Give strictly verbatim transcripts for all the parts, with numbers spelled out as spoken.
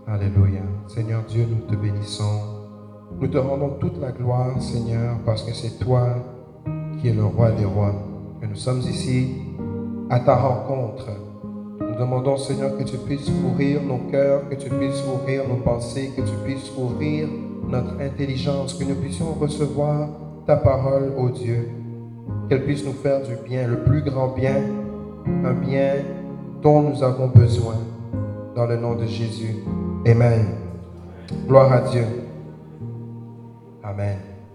Alléluia. Seigneur Dieu, nous te bénissons. Nous te rendons toute la gloire, Seigneur, parce que c'est toi qui es le roi des rois. Et nous sommes ici à ta rencontre. Nous demandons, Seigneur, que tu puisses ouvrir nos cœurs, que tu puisses ouvrir nos pensées, que tu puisses ouvrir notre intelligence, que nous puissions recevoir ta parole, ô Dieu, qu'elle puisse nous faire du bien, le plus grand bien, un bien dont nous avons besoin, dans le nom de Jésus. Amen. Gloire à Dieu. Amen.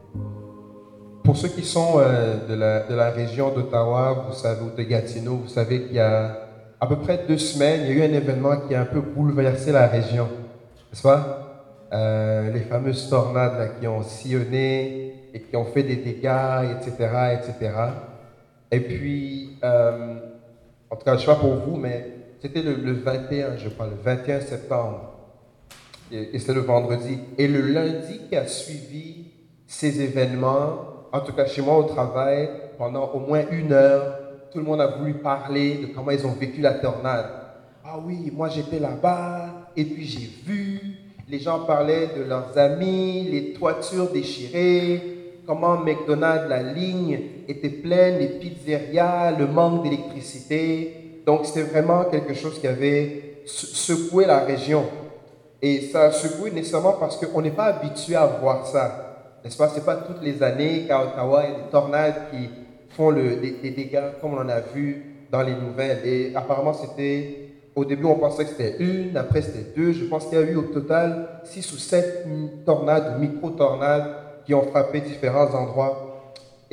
Pour ceux qui sont euh, de, la, de la région d'Ottawa, vous savez, ou de Gatineau, vous savez qu'il y a à peu près deux semaines, il y a eu un événement qui a un peu bouleversé la région, n'est-ce pas? Euh, les fameuses tornades là, qui ont sillonné et qui ont fait des dégâts, et cetera, et cetera. Et puis, euh, en tout cas, je ne sais pas pour vous, mais c'était le, le vingt et un, je crois, le vingt et un septembre. Et, et c'est le vendredi. Et le lundi qui a suivi ces événements, en tout cas chez moi au travail, pendant au moins une heure, tout le monde a voulu parler de comment ils ont vécu la tornade. Ah oui, moi j'étais là-bas, et puis j'ai vu, les gens parlaient de leurs amis, les toitures déchirées, comment McDonald's, la ligne était pleine, les pizzerias, le manque d'électricité. Donc c'était vraiment quelque chose qui avait secoué la région. Et ça a secoué nécessairement parce qu'on n'est pas habitué à voir ça. N'est-ce pas? Ce n'est pas toutes les années qu'à Ottawa, il y a des tornades qui font le, des, des dégâts comme on en a vu dans les nouvelles. Et apparemment, c'était, au début, on pensait que c'était une, après c'était deux. Je pense qu'il y a eu au total six ou sept tornades, micro-tornades, qui ont frappé différents endroits.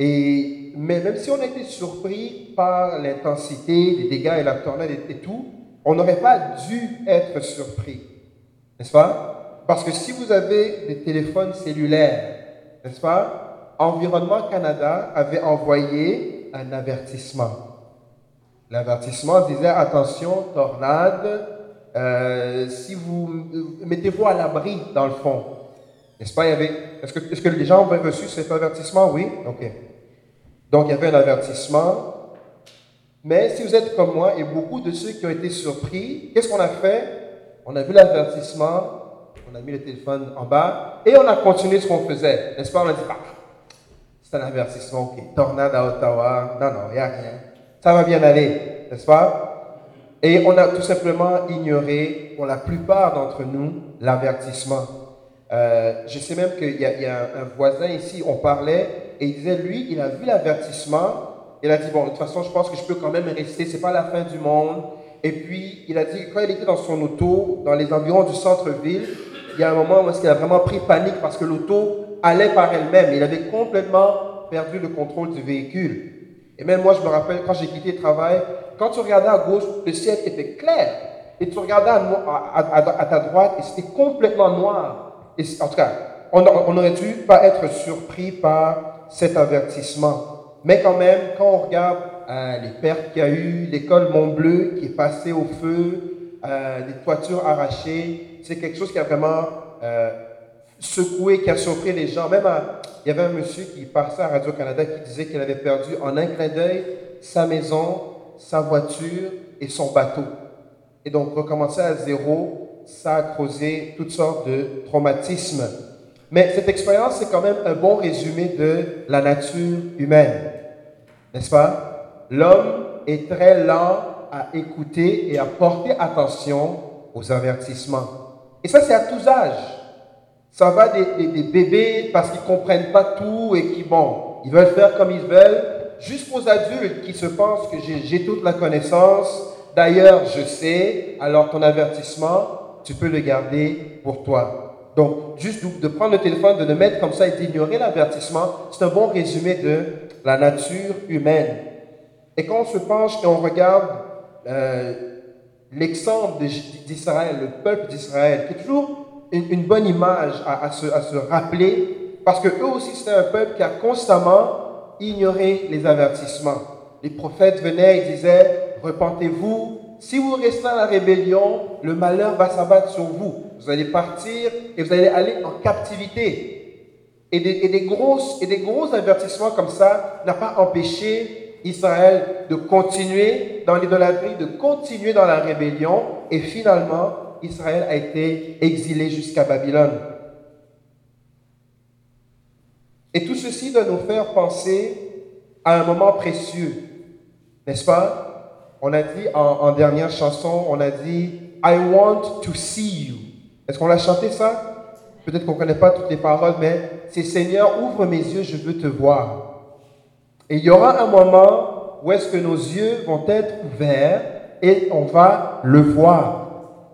Et, mais même si on a été surpris par l'intensité des dégâts et la tornade et, et tout, on n'aurait pas dû être surpris. N'est-ce pas? Parce que si vous avez des téléphones cellulaires, n'est-ce pas? Environnement Canada avait envoyé un avertissement. L'avertissement disait, attention, tornade, euh, si vous mettez-vous à l'abri dans le fond. N'est-ce pas? Il y avait, est-ce que, est-ce que les gens avaient reçu cet avertissement? Oui? Ok. Donc, il y avait un avertissement. Mais si vous êtes comme moi et beaucoup de ceux qui ont été surpris, qu'est-ce qu'on a fait? On a vu l'avertissement, on a mis le téléphone en bas et on a continué ce qu'on faisait. N'est-ce pas? On a dit, ah, c'est un avertissement, ok. Tornade à Ottawa, non, non, il n'y a rien. Ça va bien aller, n'est-ce pas? Et on a tout simplement ignoré, pour la plupart d'entre nous, l'avertissement. Euh, je sais même qu'il y a, il y a un, un voisin ici, on parlait, et il disait, lui, il a vu l'avertissement, il a dit, bon, de toute façon, je pense que je peux quand même rester, c'est pas la fin du monde. Et puis, il a dit, quand il était dans son auto, dans les environs du centre-ville, il y a un moment où il a vraiment pris panique parce que l'auto allait par elle-même. Il avait complètement perdu le contrôle du véhicule. Et même moi, je me rappelle, quand j'ai quitté le travail, quand tu regardais à gauche, le ciel était clair. Et tu regardais à, à, à, à ta droite et c'était complètement noir. Et en tout cas, on, on aurait dû pas être surpris par cet avertissement. Mais quand même, quand on regarde euh, les pertes qu'il y a eu, l'école Mont-Bleu qui est passée au feu, euh, des toitures arrachées, c'est quelque chose qui a vraiment euh, secoué, qui a surpris les gens. Même à, il y avait un monsieur qui passait à Radio-Canada qui disait qu'il avait perdu en un clin d'œil sa maison, sa voiture et son bateau. Et donc, recommencer à zéro, ça a causé toutes sortes de traumatismes. Mais cette expérience, c'est quand même un bon résumé de la nature humaine. N'est-ce pas? L'homme est très lent à écouter et à porter attention aux avertissements. Et ça, c'est à tous âges. Ça va des, des, des bébés parce qu'ils ne comprennent pas tout et qui, bon, ils veulent faire comme ils veulent, jusqu'aux adultes qui se pensent que j'ai, j'ai toute la connaissance. D'ailleurs, je sais, alors ton avertissement, tu peux le garder pour toi. Donc, juste de prendre le téléphone, de le mettre comme ça et d'ignorer l'avertissement, c'est un bon résumé de la nature humaine. Et quand on se penche et on regarde euh, l'exemple d'Israël, le peuple d'Israël, qui est toujours une, une bonne image à, à, se, à se rappeler, parce qu'eux aussi, c'est un peuple qui a constamment ignoré les avertissements. Les prophètes venaient et disaient, repentez-vous, si vous restez dans la rébellion, le malheur va s'abattre sur vous. Vous allez partir et vous allez aller en captivité. Et des, et des, grosses, et des gros avertissements comme ça n'ont pas empêché Israël de continuer dans l'idolâtrie, de continuer dans la rébellion. Et finalement, Israël a été exilé jusqu'à Babylone. Et tout ceci doit nous faire penser à un moment précieux, n'est-ce pas? On a dit en, en dernière chanson, on a dit « I want to see you ». Est-ce qu'on l'a chanté ça? Peut-être qu'on ne connaît pas toutes les paroles, mais c'est « Seigneur, ouvre mes yeux, je veux te voir ». Et il y aura un moment où est-ce que nos yeux vont être ouverts et on va le voir.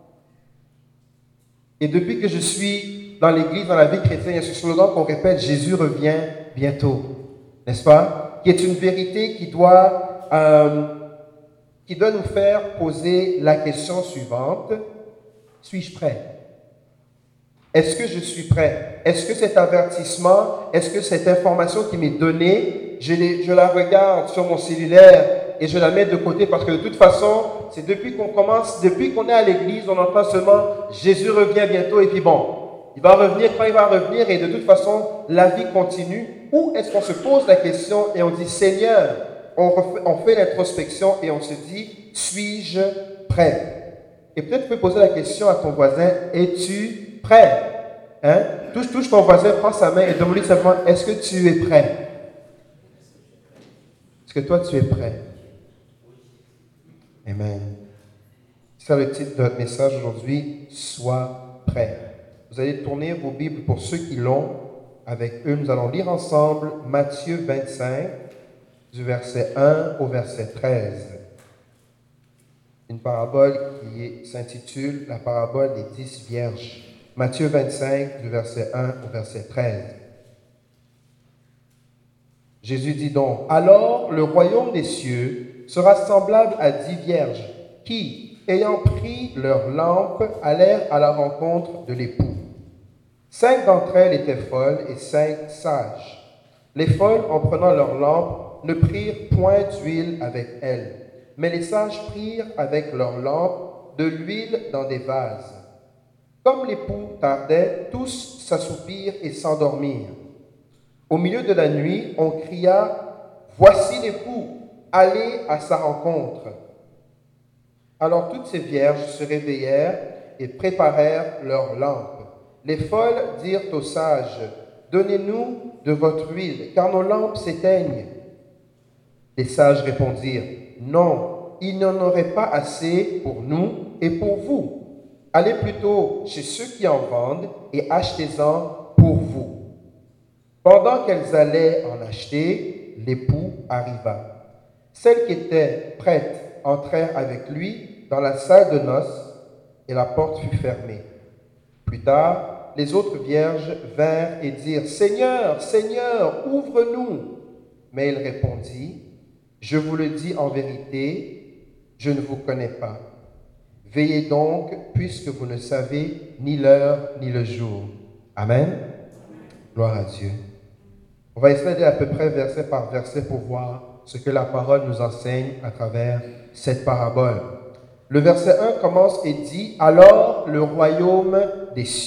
Et depuis que je suis dans l'église, dans la vie chrétienne, il y a ce slogan qu'on répète « Jésus revient bientôt », n'est-ce pas? Qui est une vérité qui doit, euh, qui doit nous faire poser la question suivante. Suis-je prêt? Est-ce que je suis prêt? Est-ce que cet avertissement, est-ce que cette information qui m'est donnée, je, les, je la regarde sur mon cellulaire et je la mets de côté parce que de toute façon, c'est depuis qu'on commence, depuis qu'on est à l'église, on entend seulement « Jésus revient bientôt » et puis bon, il va revenir quand il va revenir et de toute façon, la vie continue. Ou est-ce qu'on se pose la question et on dit « Seigneur », on, refait, on fait l'introspection et on se dit « Suis-je prêt ?» Et peut-être tu peux poser la question à ton voisin « Es-tu prêt ?» Hein? Touche, touche ton voisin, prends sa main et demande-lui simplement « Est-ce que tu es prêt? » Est-ce que toi tu es prêt? Amen. C'est le titre de notre message aujourd'hui, « Sois prêt ». Vous allez tourner vos Bibles pour ceux qui l'ont. Avec eux, nous allons lire ensemble Matthieu vingt-cinq, du verset un au verset treize. Une parabole qui s'intitule « La parabole des dix vierges ». Matthieu vingt-cinq, du verset un au verset treize. Jésus dit donc, « Alors le royaume des cieux sera semblable à dix vierges qui, ayant pris leurs lampes, allèrent à la rencontre de l'époux. Cinq d'entre elles étaient folles et cinq sages. Les folles, en prenant leurs lampes, ne prirent point d'huile avec elles, mais les sages prirent avec leurs lampes de l'huile dans des vases. Comme l'époux tardait, tous s'assoupirent et s'endormirent. Au milieu de la nuit, on cria, « Voici l'époux, allez à sa rencontre. » Alors toutes ces vierges se réveillèrent et préparèrent leurs lampes. Les folles dirent aux sages, « Donnez-nous de votre huile, car nos lampes s'éteignent. » Les sages répondirent, « Non, il n'y en aurait pas assez pour nous et pour vous. Allez plutôt chez ceux qui en vendent et achetez-en pour vous. » Pendant qu'elles allaient en acheter, l'époux arriva. Celles qui étaient prêtes entrèrent avec lui dans la salle de noces et la porte fut fermée. Plus tard, les autres vierges vinrent et dirent, « Seigneur, Seigneur, ouvre-nous. » Mais il répondit, « Je vous le dis en vérité, je ne vous connais pas. Veillez donc, puisque vous ne savez ni l'heure ni le jour. » Amen. Gloire à Dieu. On va essayer d'aller à peu près verset par verset pour voir ce que la parole nous enseigne à travers cette parabole. Le verset un commence et dit « Alors le royaume des cieux ».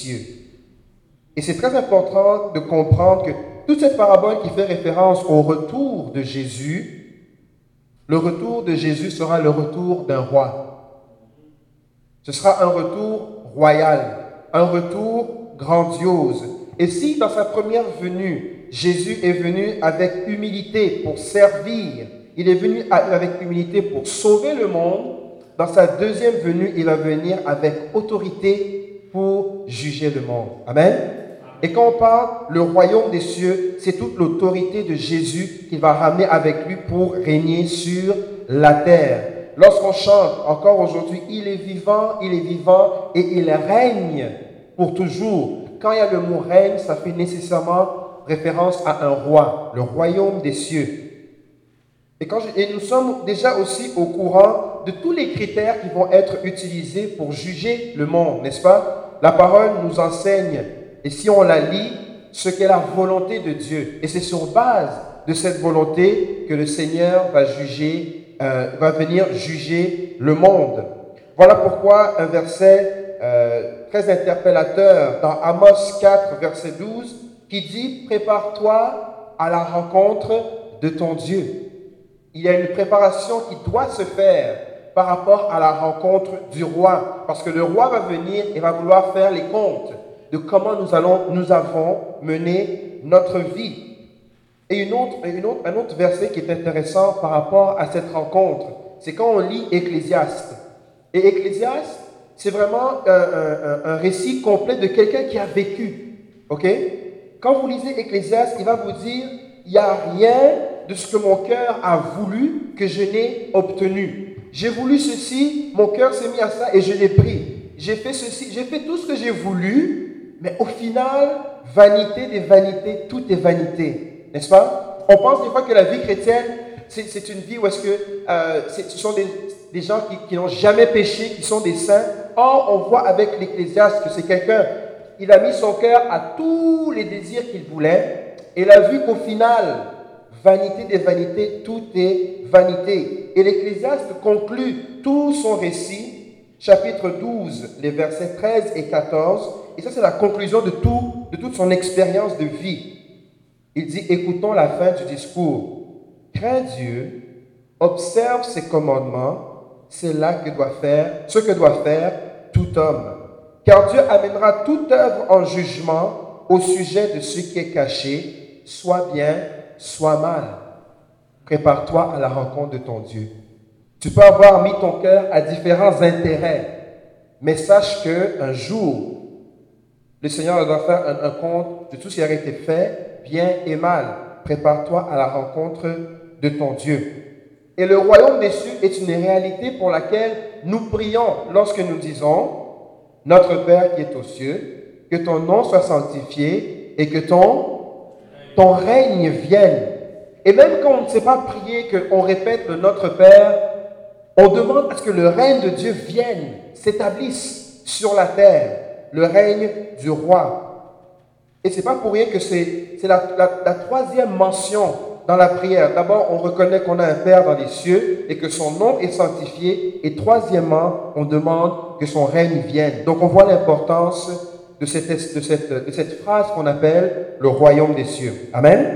Et c'est très important de comprendre que toute cette parabole qui fait référence au retour de Jésus, le retour de Jésus sera le retour d'un roi. Ce sera un retour royal, un retour grandiose. Et si dans sa première venue, Jésus est venu avec humilité pour servir, il est venu avec humilité pour sauver le monde, dans sa deuxième venue, il va venir avec autorité pour juger le monde. Amen. Et quand on parle le royaume des cieux, c'est toute l'autorité de Jésus qu'il va ramener avec lui pour régner sur la terre. Lorsqu'on chante encore aujourd'hui, il est vivant, il est vivant et il règne pour toujours. Quand il y a le mot règne, ça fait nécessairement référence à un roi, le royaume des cieux. Et, quand je, et nous sommes déjà aussi au courant de tous les critères qui vont être utilisés pour juger le monde, n'est-ce pas? La parole nous enseigne, et si on la lit, ce qu'est la volonté de Dieu. Et c'est sur base de cette volonté que le Seigneur va juger, euh, va venir juger le monde. Voilà pourquoi un verset euh, très interpellateur dans Amos quatre, verset douze, qui dit « Prépare-toi à la rencontre de ton Dieu ». Il y a une préparation qui doit se faire par rapport à la rencontre du roi. Parce que le roi va venir et va vouloir faire les comptes de comment nous, allons, nous avons mené notre vie. Et une autre, une autre, un autre verset qui est intéressant par rapport à cette rencontre, c'est quand on lit Ecclésiaste. Et Ecclésiaste, c'est vraiment un, un, un récit complet de quelqu'un qui a vécu. Ok? Quand vous lisez Ecclésiaste, il va vous dire, il n'y a rien de ce que mon cœur a voulu que je n'ai obtenu. J'ai voulu ceci, mon cœur s'est mis à ça et je l'ai pris. J'ai fait ceci, j'ai fait tout ce que j'ai voulu, mais au final, vanité des vanités, tout est vanité. N'est-ce pas? On pense des fois que la vie chrétienne, c'est, c'est une vie où est-ce que euh, c'est, ce sont des, des gens qui, qui n'ont jamais péché, qui sont des saints. Or, on voit avec l'Ecclésiaste que c'est quelqu'un, il a mis son cœur à tous les désirs qu'il voulait, et il a vu qu'au final, vanité des vanités, tout est vanité. Et l'Ecclésiaste conclut tout son récit, chapitre douze, les versets treize et quatorze, et ça c'est la conclusion de, tout, de toute son expérience de vie. Il dit, écoutons la fin du discours. Crains Dieu, observe ses commandements, c'est là que doit faire, ce que doit faire tout homme. Car Dieu amènera toute œuvre en jugement au sujet de ce qui est caché, soit bien, soit mal. Prépare-toi à la rencontre de ton Dieu. Tu peux avoir mis ton cœur à différents intérêts, mais sache qu'un jour, le Seigneur doit faire un, un compte de tout ce qui a été fait, bien et mal. Prépare-toi à la rencontre de ton Dieu. Et le royaume des cieux est une réalité pour laquelle nous prions lorsque nous disons « Notre Père qui est aux cieux, que ton nom soit sanctifié et que ton, ton règne vienne. » Et même quand on ne sait pas prier, qu'on répète le Notre Père, on demande à ce que le règne de Dieu vienne, s'établisse sur la terre, le règne du roi. Et ce n'est pas pour rien que c'est, c'est la, la, la troisième mention dans la prière. D'abord, on reconnaît qu'on a un Père dans les cieux et que son nom est sanctifié. Et troisièmement, on demande que son règne vienne. Donc, on voit l'importance de cette, de cette, de cette phrase qu'on appelle le royaume des cieux. Amen? Amen.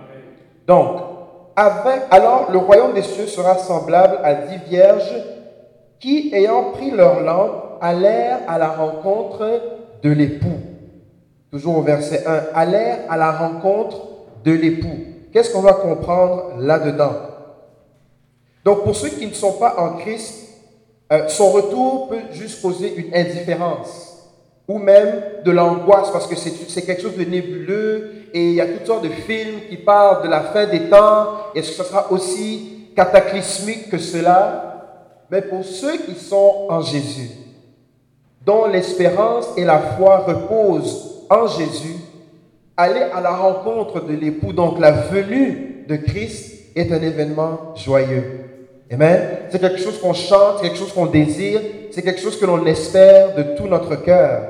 Donc, avec, alors, le royaume des cieux sera semblable à dix vierges qui, ayant pris leur lampe, allèrent à la rencontre de l'époux. Toujours au verset un, allèrent à la rencontre de l'époux. Qu'est-ce qu'on va comprendre là-dedans? Donc, pour ceux qui ne sont pas en Christ, euh, son retour peut juste causer une indifférence ou même de l'angoisse parce que c'est, c'est quelque chose de nébuleux et il y a toutes sortes de films qui parlent de la fin des temps. Est-ce que ce sera aussi cataclysmique que cela? Mais pour ceux qui sont en Jésus, dont l'espérance et la foi reposent en Jésus, aller à la rencontre de l'époux, donc la venue de Christ, est un événement joyeux. Amen. C'est quelque chose qu'on chante, c'est quelque chose qu'on désire, c'est quelque chose que l'on espère de tout notre cœur.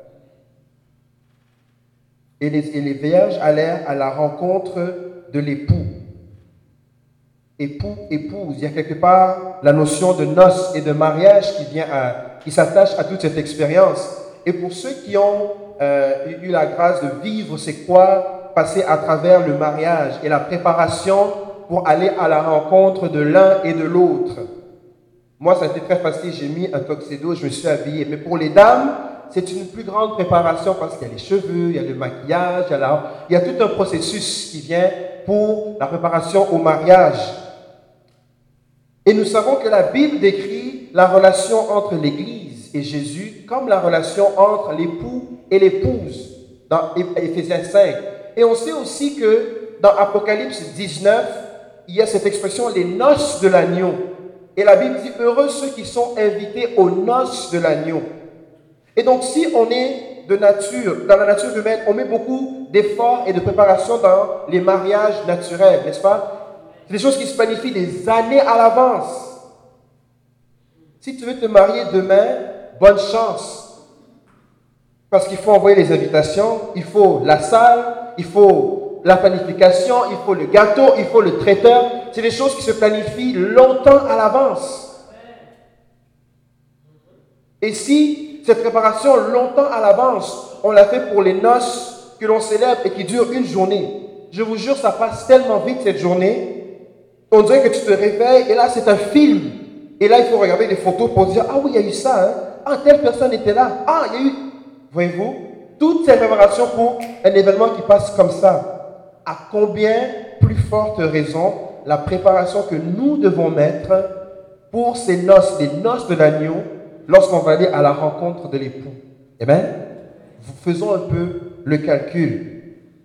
Et les, et les vierges allèrent à la rencontre de l'époux. Époux, épouse. Il y a quelque part la notion de noces et de mariage qui vient à, qui s'attache à toute cette expérience. Et pour ceux qui ont euh, eu la grâce de vivre, c'est quoi passer à travers le mariage et la préparation pour aller à la rencontre de l'un et de l'autre. Moi, ça a été très facile, j'ai mis un tuxedo, je me suis habillé. Mais pour les dames, c'est une plus grande préparation parce qu'il y a les cheveux, il y a le maquillage, il y a, la, il y a tout un processus qui vient pour la préparation au mariage. Et nous savons que la Bible décrit la relation entre l'Église et Jésus comme la relation entre l'époux et l'épouse dans Éphésiens cinq. Et on sait aussi que dans Apocalypse dix-neuf, il y a cette expression, les noces de l'agneau. Et la Bible dit, heureux ceux qui sont invités aux noces de l'agneau. Et donc, si on est de nature, dans la nature humaine, on met beaucoup d'efforts et de préparation dans les mariages naturels, n'est-ce pas? C'est des choses qui se planifient des années à l'avance. Si tu veux te marier demain, bonne chance. Parce qu'il faut envoyer les invitations, il faut la salle, il faut la planification, il faut le gâteau, il faut le traiteur. C'est des choses qui se planifient longtemps à l'avance. Et si cette préparation longtemps à l'avance, on l'a fait pour les noces que l'on célèbre et qui durent une journée, je vous jure, ça passe tellement vite cette journée, on dirait que tu te réveilles et là c'est un film. Et là, il faut regarder les photos pour dire, ah oui, il y a eu ça, hein? Ah, telle personne était là. Ah, il y a eu... Voyez-vous, toutes ces préparations pour un événement qui passe comme ça. À combien plus forte raison la préparation que nous devons mettre pour ces noces, les noces de l'agneau, lorsqu'on va aller à la rencontre de l'époux. Amen. Faisons un peu le calcul.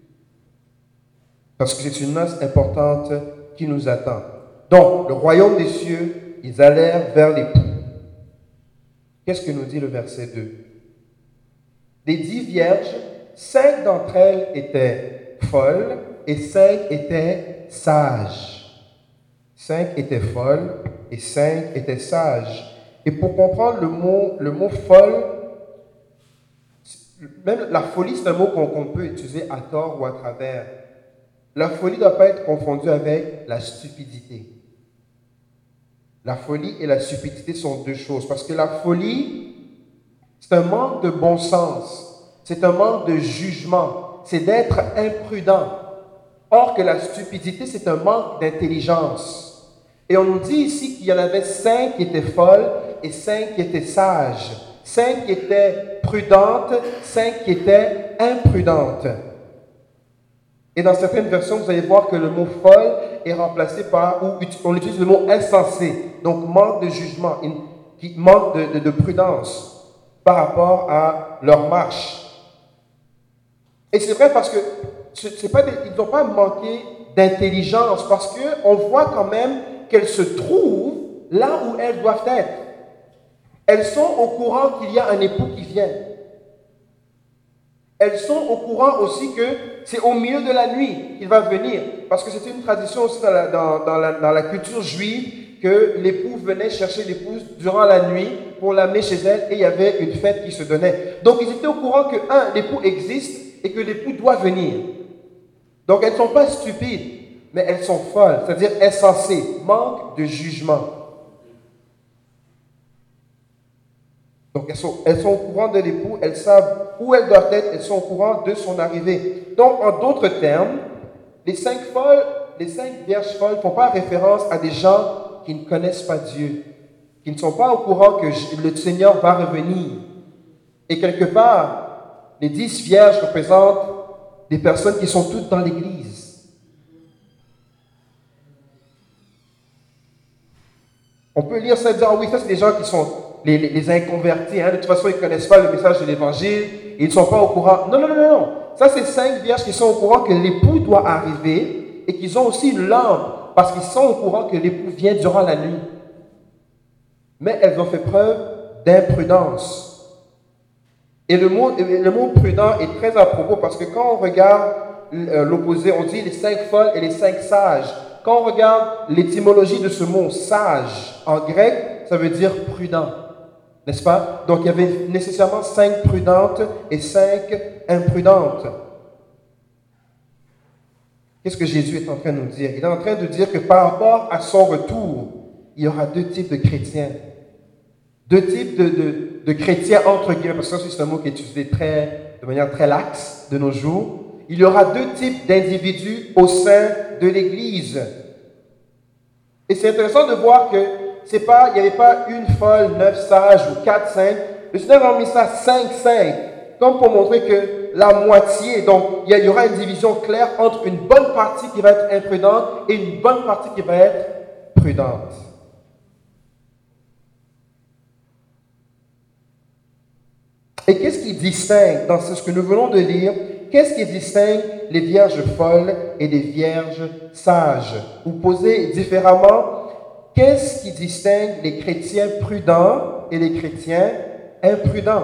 Parce que c'est une noce importante qui nous attend. Donc, le royaume des cieux, ils allèrent vers l'époux. Qu'est-ce que nous dit le verset deux? Des dix vierges, cinq d'entre elles étaient folles et cinq étaient sages. Cinq étaient folles et cinq étaient sages. Et pour comprendre le mot, le mot folle, même la folie, c'est un mot qu'on qu'on peut utiliser à tort ou à travers. La folie ne doit pas être confondue avec la stupidité. La folie et la stupidité sont deux choses. Parce que la folie, c'est un manque de bon sens. C'est un manque de jugement. C'est d'être imprudent. Or que la stupidité, c'est un manque d'intelligence. Et on nous dit ici qu'il y en avait cinq qui étaient folles et cinq qui étaient sages. Cinq qui étaient prudentes, cinq qui étaient imprudentes. Et dans certaines versions, vous allez voir que le mot folle est remplacé par, ou on utilise le mot insensé, donc manque de jugement, qui manque de, de, de prudence par rapport à leur marche. Et c'est vrai parce que c'est pas des, ils n'ont pas manqué d'intelligence, parce qu'on voit quand même qu'elles se trouvent là où elles doivent être. Elles sont au courant qu'il y a un époux qui vient. Elles sont au courant aussi que c'est au milieu de la nuit qu'il va venir. Parce que c'était une tradition aussi dans la, dans, dans la, dans la culture juive que l'époux venait chercher l'épouse durant la nuit pour l'amener chez elle et il y avait une fête qui se donnait. Donc ils étaient au courant que, un, l'époux existe et que l'époux doit venir. Donc elles ne sont pas stupides, mais elles sont folles, c'est-à-dire insensées, manque de jugement. Donc, elles sont, elles sont au courant de l'époux, elles savent où elles doivent être, elles sont au courant de son arrivée. Donc, en d'autres termes, les cinq folles, les cinq vierges folles ne font pas référence à des gens qui ne connaissent pas Dieu, qui ne sont pas au courant que le Seigneur va revenir. Et quelque part, les dix vierges représentent des personnes qui sont toutes dans l'Église. On peut lire ça et dire, ah oui, ça c'est des gens qui sont les, les, les inconvertis, hein. De toute façon ils ne connaissent pas le message de l'Évangile, ils ne sont pas au courant. Non, non, non, non, ça c'est cinq vierges qui sont au courant que l'époux doit arriver et qu'ils ont aussi une lampe parce qu'ils sont au courant que l'époux vient durant la nuit. Mais elles ont fait preuve d'imprudence. Et le mot, le mot prudent est très à propos parce que quand on regarde l'opposé, on dit les cinq folles et les cinq sages. Quand on regarde l'étymologie de ce mot sage en grec, ça veut dire prudent, n'est-ce pas? Donc il y avait nécessairement cinq prudentes et cinq imprudentes. Qu'est-ce que Jésus est en train de nous dire? Il est en train de dire que par rapport à son retour, il y aura deux types de chrétiens. Deux types de, de, de chrétiens entre guillemets, parce que ça c'est un mot qui est utilisé très, de manière très laxe de nos jours. Il y aura deux types d'individus au sein de l'Église. Et c'est intéressant de voir que c'est pas, il n'y avait pas une folle, neuf sages ou quatre, cinq. Le Seigneur a mis ça cinq, cinq, comme pour montrer que la moitié, donc il y aura une division claire entre une bonne partie qui va être imprudente et une bonne partie qui va être prudente. Et qu'est-ce qui distingue, dans ce que nous venons de lire, qu'est-ce qui distingue les vierges folles et les vierges sages? Ou posé différemment, qu'est-ce qui distingue les chrétiens prudents et les chrétiens imprudents?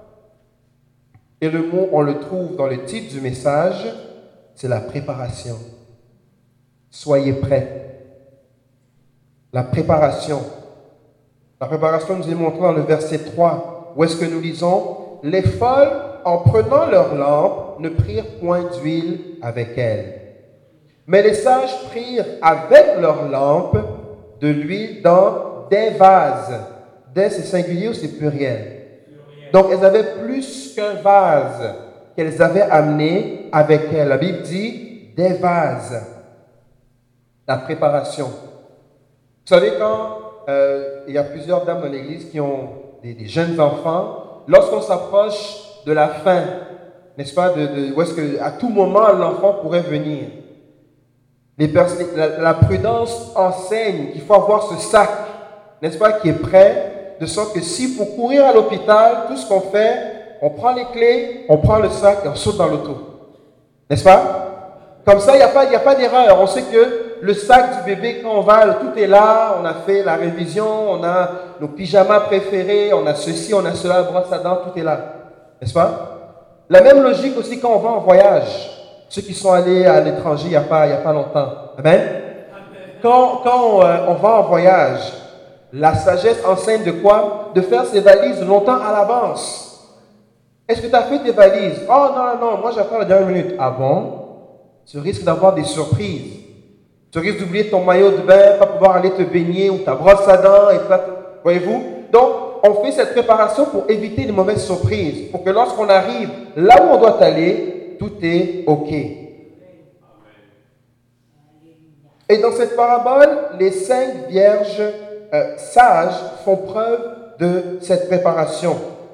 Et le mot, on le trouve dans le titre du message, c'est la préparation. Soyez prêts. La préparation. La préparation nous est montrée dans le verset trois, où est-ce que nous lisons? Les folles, en prenant leur lampe, ne prirent point d'huile avec elles. Mais les sages prirent avec leur lampe de l'huile dans des vases. Des, c'est singulier ou c'est pluriel? Donc, elles avaient plus qu'un vase qu'elles avaient amené avec elles. La Bible dit des vases. La préparation. Vous savez, quand euh, il y a plusieurs dames dans l'église qui ont des, des jeunes enfants. Lorsqu'on s'approche de la fin, n'est-ce pas, de, de, où est-ce que à tout moment l'enfant pourrait venir, les la, la prudence enseigne qu'il faut avoir ce sac, n'est-ce pas, qui est prêt, de sorte que si pour courir à l'hôpital, tout ce qu'on fait, on prend les clés, on prend le sac et on saute dans l'auto. N'est-ce pas? Comme ça, il n'y a pas, il n'y a pas d'erreur. On sait que le sac du bébé, quand on va, tout est là, on a fait la révision, on a nos pyjamas préférés, on a ceci, on a cela, brosse à dents, tout est là. N'est-ce pas? La même logique aussi quand on va en voyage. Ceux qui sont allés à l'étranger il n'y a pas, il y a pas longtemps. Amen? Quand, quand on, euh, on va en voyage, la sagesse enseigne de quoi? De faire ses valises longtemps à l'avance. Est-ce que tu as fait tes valises? Oh non, non, non, moi j'attends la dernière minute. Ah bon? Tu risques d'avoir des surprises. Tu risques d'oublier ton maillot de bain, pas pouvoir aller te baigner ou ta brosse à dents. Et pas... Voyez-vous? Donc, on fait cette préparation pour éviter les mauvaises surprises. Pour que lorsqu'on arrive là où on doit aller, tout est OK. Et dans cette parabole, les cinq vierges euh, sages font preuve de cette préparation.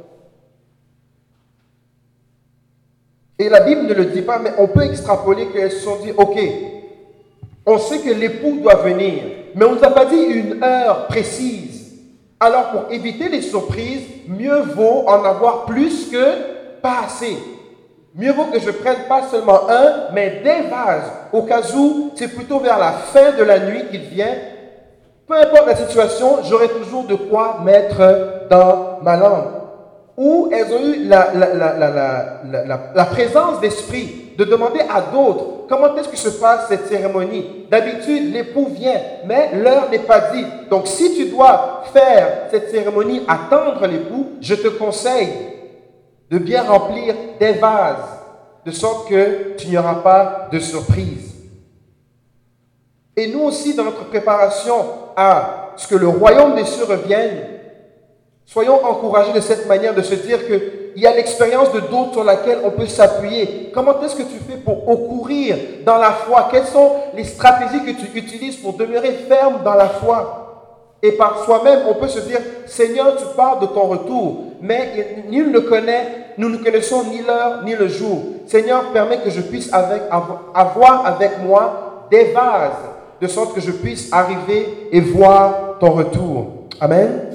Et la Bible ne le dit pas, mais on peut extrapoler qu'elles se sont dit, OK, on sait que l'époux doit venir, mais on ne nous a pas dit une heure précise. Alors pour éviter les surprises, mieux vaut en avoir plus que pas assez. Mieux vaut que je prenne pas seulement un, mais des vases, au cas où c'est plutôt vers la fin de la nuit qu'il vient. Peu importe la situation, j'aurai toujours de quoi mettre dans ma langue. Ou elles ont eu la, la, la, la, la, la, la présence d'esprit de demander à d'autres comment est-ce que se passe cette cérémonie. D'habitude, l'époux vient, mais l'heure n'est pas dite. Donc, si tu dois faire cette cérémonie, attendre l'époux, je te conseille de bien remplir des vases, de sorte que tu n'y auras pas de surprise. Et nous aussi, dans notre préparation à ce que le royaume des cieux revienne, soyons encouragés de cette manière de se dire qu'il y a l'expérience de d'autres sur laquelle on peut s'appuyer. Comment est-ce que tu fais pour concourir dans la foi? Quelles sont les stratégies que tu utilises pour demeurer ferme dans la foi? Et par soi-même, on peut se dire, Seigneur, tu parles de ton retour, mais nul ne connaît, nous ne connaissons ni l'heure ni le jour. Seigneur, permets que je puisse avec, avoir avec moi des vases, de sorte que je puisse arriver et voir ton retour. Amen.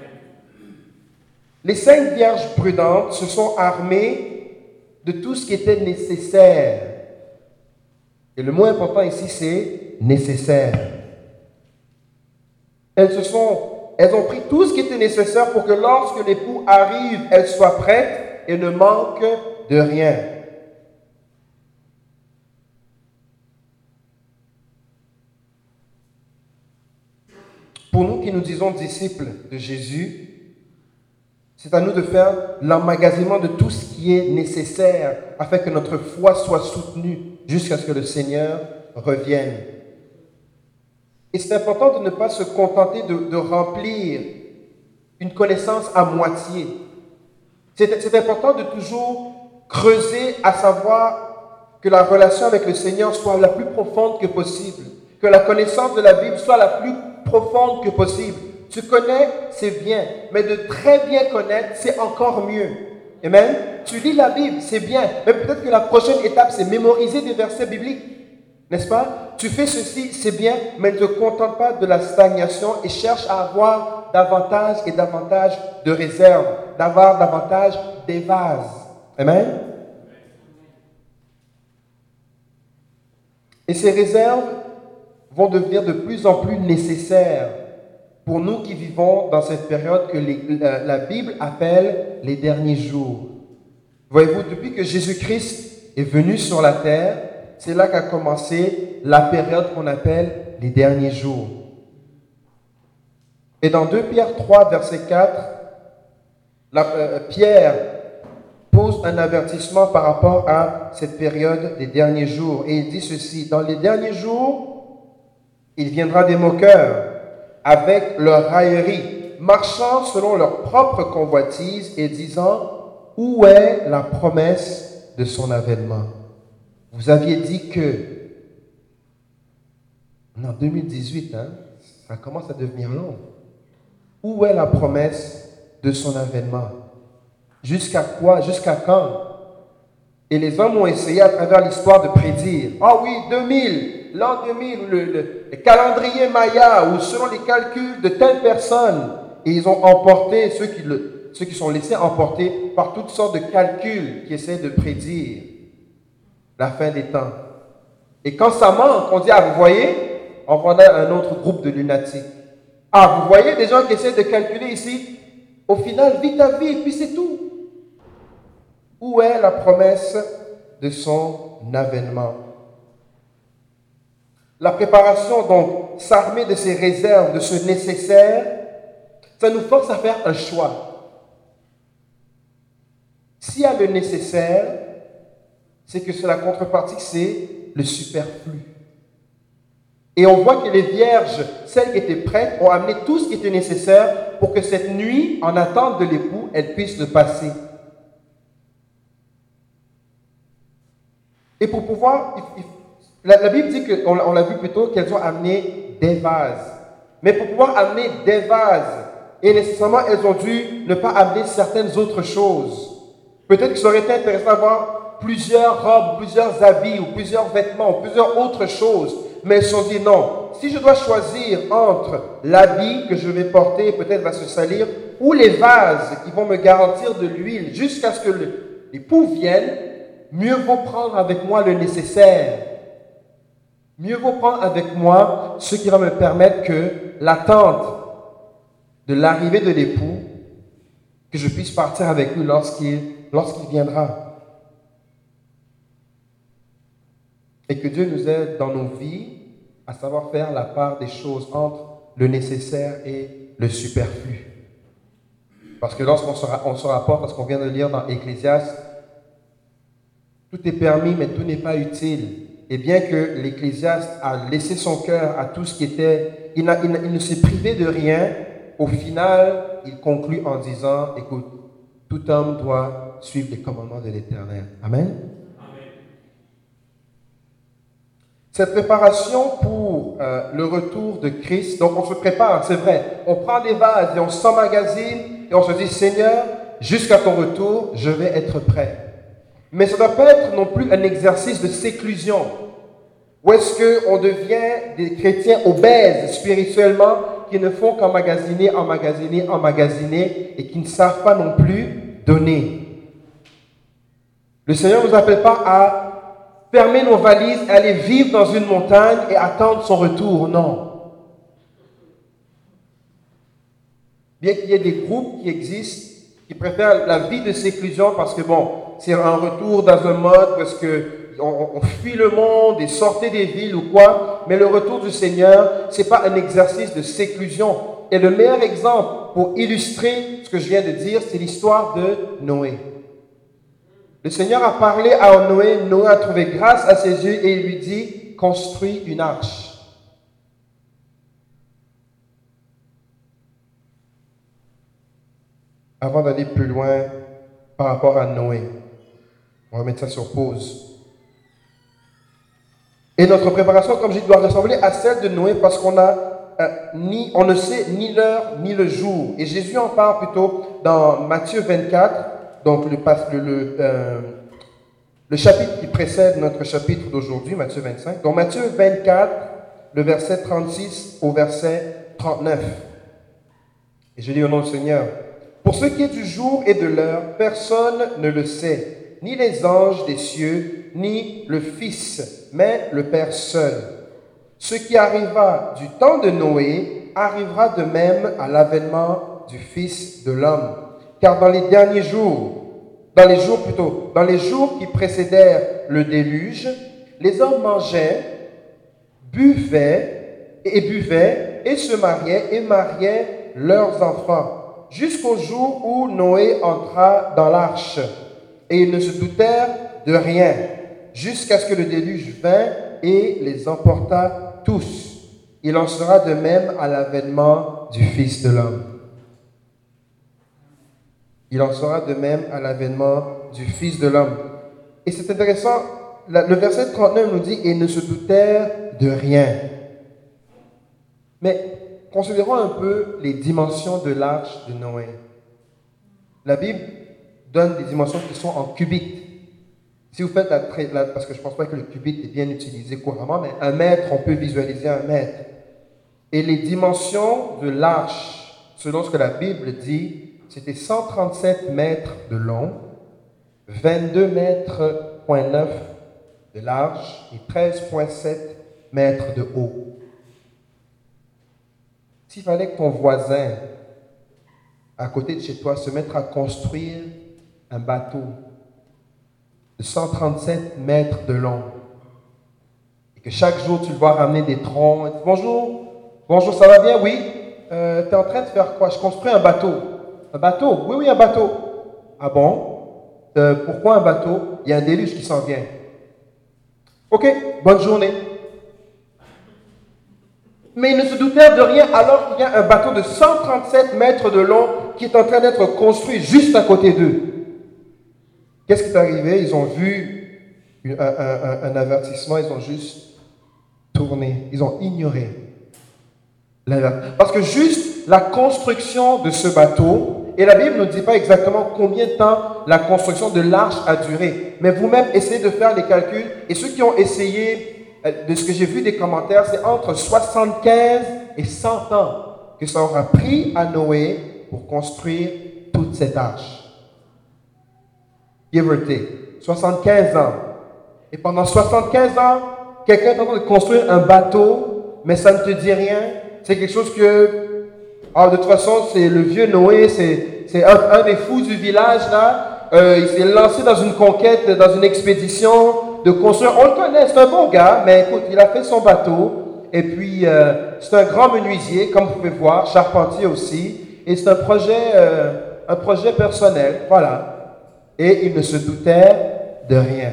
Les cinq vierges prudentes se sont armées de tout ce qui était nécessaire. Et le mot important ici, c'est nécessaire. Elles, se sont, elles ont pris tout ce qui était nécessaire pour que lorsque l'époux arrive, elles soient prêtes et ne manquent de rien. Pour nous qui nous disons disciples de Jésus, c'est à nous de faire l'emmagasinement de tout ce qui est nécessaire afin que notre foi soit soutenue jusqu'à ce que le Seigneur revienne. Et c'est important de ne pas se contenter de, de remplir une connaissance à moitié. C'est, c'est important de toujours creuser à savoir que la relation avec le Seigneur soit la plus profonde que possible, que la connaissance de la Bible soit la plus profonde que possible. Tu connais, c'est bien, mais de très bien connaître, c'est encore mieux. Amen. Tu lis la Bible, c'est bien, mais peut-être que la prochaine étape, c'est mémoriser des versets bibliques. N'est-ce pas? Tu fais ceci, c'est bien, mais ne te contente pas de la stagnation et cherche à avoir davantage et davantage de réserves, d'avoir davantage des vases. Amen. Et ces réserves vont devenir de plus en plus nécessaires pour nous qui vivons dans cette période que les, la, la Bible appelle les derniers jours. Voyez-vous, depuis que Jésus-Christ est venu sur la terre, c'est là qu'a commencé la période qu'on appelle les derniers jours. Et dans deux Pierre trois, verset quatre, la, euh, Pierre pose un avertissement par rapport à cette période des derniers jours. Et il dit ceci, dans les derniers jours, il viendra des moqueurs avec leur raillerie, marchant selon leur propre convoitise et disant, où est la promesse de son avènement? Vous aviez dit que, en deux mille dix-huit, hein, ça commence à devenir long. Où est la promesse de son avènement? Jusqu'à quoi? Jusqu'à quand? Et les hommes ont essayé à travers l'histoire de prédire. Ah oui, deux mille, l'an deux mille, le, le, le calendrier Maya, ou selon les calculs de telle personne. Et ils ont emporté, ceux qui, le, ceux qui sont laissés emporter par toutes sortes de calculs qui essaient de prédire la fin des temps. Et quand ça manque, on dit, ah, vous voyez, on voilà un autre groupe de lunatiques. Ah, vous voyez des gens qui essaient de calculer ici, au final, vis ta vie, et puis c'est tout. Où est la promesse de son avènement? La préparation, donc, s'armer de ses réserves, de ce nécessaire, ça nous force à faire un choix. S'il y a le nécessaire, c'est que c'est la contrepartie, c'est le superflu. Et on voit que les vierges, celles qui étaient prêtes, ont amené tout ce qui était nécessaire pour que cette nuit, en attente de l'époux, elles puissent le passer. Et pour pouvoir, il, il, la, la Bible dit, que, on, on l'a vu plus tôt, qu'elles ont amené des vases. Mais pour pouvoir amener des vases, et nécessairement, elles ont dû ne pas amener certaines autres choses. Peut-être que ça aurait été intéressant d'avoir plusieurs robes, plusieurs habits, ou plusieurs vêtements, ou plusieurs autres choses. Mais elles se sont dit non. Si je dois choisir entre l'habit que je vais porter, peut-être va se salir, ou les vases qui vont me garantir de l'huile jusqu'à ce que l'époux vienne, mieux vaut prendre avec moi le nécessaire. Mieux vaut prendre avec moi ce qui va me permettre que l'attente de l'arrivée de l'époux, que je puisse partir avec lui lorsqu'il lorsqu'il viendra. Et que Dieu nous aide dans nos vies à savoir faire la part des choses entre le nécessaire et le superflu. Parce que lorsqu'on se, on se rapporte à ce qu'on vient de lire dans Ecclésiaste, tout est permis, mais tout n'est pas utile. Et bien que l'Ecclésiaste a laissé son cœur à tout ce qui était, il, a, il, il ne s'est privé de rien, au final, il conclut en disant, écoute, tout homme doit suivre les commandements de l'Éternel. Amen. Cette préparation pour euh, le retour de Christ, donc on se prépare, c'est vrai. On prend des vases et on s'emmagasine et on se dit, Seigneur, jusqu'à ton retour, je vais être prêt. Mais ça ne doit pas être non plus un exercice de séclusion. Où est-ce qu'on devient des chrétiens obèses spirituellement qui ne font qu'emmagasiner, emmagasiner, emmagasiner et qui ne savent pas non plus donner. Le Seigneur ne nous appelle pas à fermer nos valises, aller vivre dans une montagne et attendre son retour. Non. Bien qu'il y ait des groupes qui existent, qui préfèrent la vie de séclusion parce que bon, c'est un retour dans un mode parce que on, on fuit le monde et sortez des villes ou quoi. Mais le retour du Seigneur, c'est pas un exercice de séclusion. Et le meilleur exemple pour illustrer ce que je viens de dire, c'est l'histoire de Noé. Le Seigneur a parlé à Noé, Noé a trouvé grâce à ses yeux et il lui dit, construis une arche. Avant d'aller plus loin par rapport à Noé, on va mettre ça sur pause. Et notre préparation, comme je dis, doit ressembler à celle de Noé parce qu'on a euh, ni, on ne sait ni l'heure ni le jour. Et Jésus en parle plutôt dans Matthieu vingt-quatre. Donc, le, le, le, euh, le chapitre qui précède notre chapitre d'aujourd'hui, Matthieu vingt-cinq. Donc, Matthieu vingt-quatre, le verset trente-six au verset trente-neuf. Et je lis au nom du Seigneur. Pour ce qui est du jour et de l'heure, personne ne le sait, ni les anges des cieux, ni le Fils, mais le Père seul. Ce qui arriva du temps de Noé arrivera de même à l'avènement du Fils de l'homme. Car dans les derniers jours, dans les jours plutôt, dans les jours qui précédèrent le déluge, les hommes mangeaient, buvaient et buvaient et se mariaient et mariaient leurs enfants, jusqu'au jour où Noé entra dans l'arche. Et ils ne se doutèrent de rien, jusqu'à ce que le déluge vînt et les emporta tous. Il en sera de même à l'avènement du Fils de l'homme. Il en sera de même à l'avènement du Fils de l'homme. Et c'est intéressant, le verset trente-neuf nous dit « Et ne se doutèrent de rien ». Mais considérons un peu les dimensions de l'arche de Noé. La Bible donne des dimensions qui sont en cubits. Si vous faites la, la parce que je ne pense pas que le cubit est bien utilisé couramment, mais un mètre, on peut visualiser un mètre. Et les dimensions de l'arche, selon ce que la Bible dit, c'était cent trente-sept mètres de long, vingt-deux mètres point neuf de large et treize virgule sept mètres de haut. S'il fallait que ton voisin, à côté de chez toi, se mette à construire un bateau de cent trente-sept mètres de long, et que chaque jour tu le vois ramener des troncs, et tu dis, bonjour, bonjour, ça va bien? Oui. Euh, tu es en train de faire quoi? Je construis un bateau. Un bateau? Oui, oui, un bateau. Ah bon? Euh, pourquoi un bateau? Il y a un déluge qui s'en vient. Ok, bonne journée. Mais ils ne se doutèrent de rien alors qu'il y a un bateau de cent trente-sept mètres de long qui est en train d'être construit juste à côté d'eux. Qu'est-ce qui est arrivé? Ils ont vu un, un, un, un avertissement, ils ont juste tourné, ils ont ignoré l'avertissement. Parce que juste la construction de ce bateau, et la Bible ne dit pas exactement combien de temps la construction de l'arche a duré, mais vous-même essayez de faire les calculs, et ceux qui ont essayé, de ce que j'ai vu des commentaires, c'est entre soixante-quinze et cent ans que ça aura pris à Noé pour construire toute cette arche. Give or take. soixante-quinze ans. Et pendant soixante-quinze ans, quelqu'un est en train de construire un bateau, mais ça ne te dit rien. C'est quelque chose que, alors de toute façon, c'est le vieux Noé, c'est, c'est un, un des fous du village là. Euh, il s'est lancé dans une conquête, dans une expédition de construire. On le connaît, c'est un bon gars, mais écoute, il a fait son bateau. Et puis, euh, c'est un grand menuisier, comme vous pouvez voir, charpentier aussi. Et c'est un projet, euh, un projet personnel, voilà. Et il ne se doutait de rien.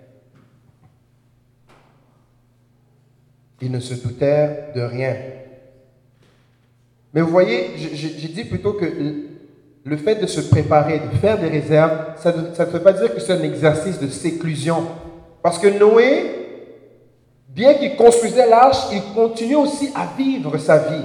Il ne se doutait de rien. Mais vous voyez, j'ai dit plutôt que le fait de se préparer, de faire des réserves, ça ne, ça ne veut pas dire que c'est un exercice de séclusion. Parce que Noé, bien qu'il construisait l'arche, il continue aussi à vivre sa vie.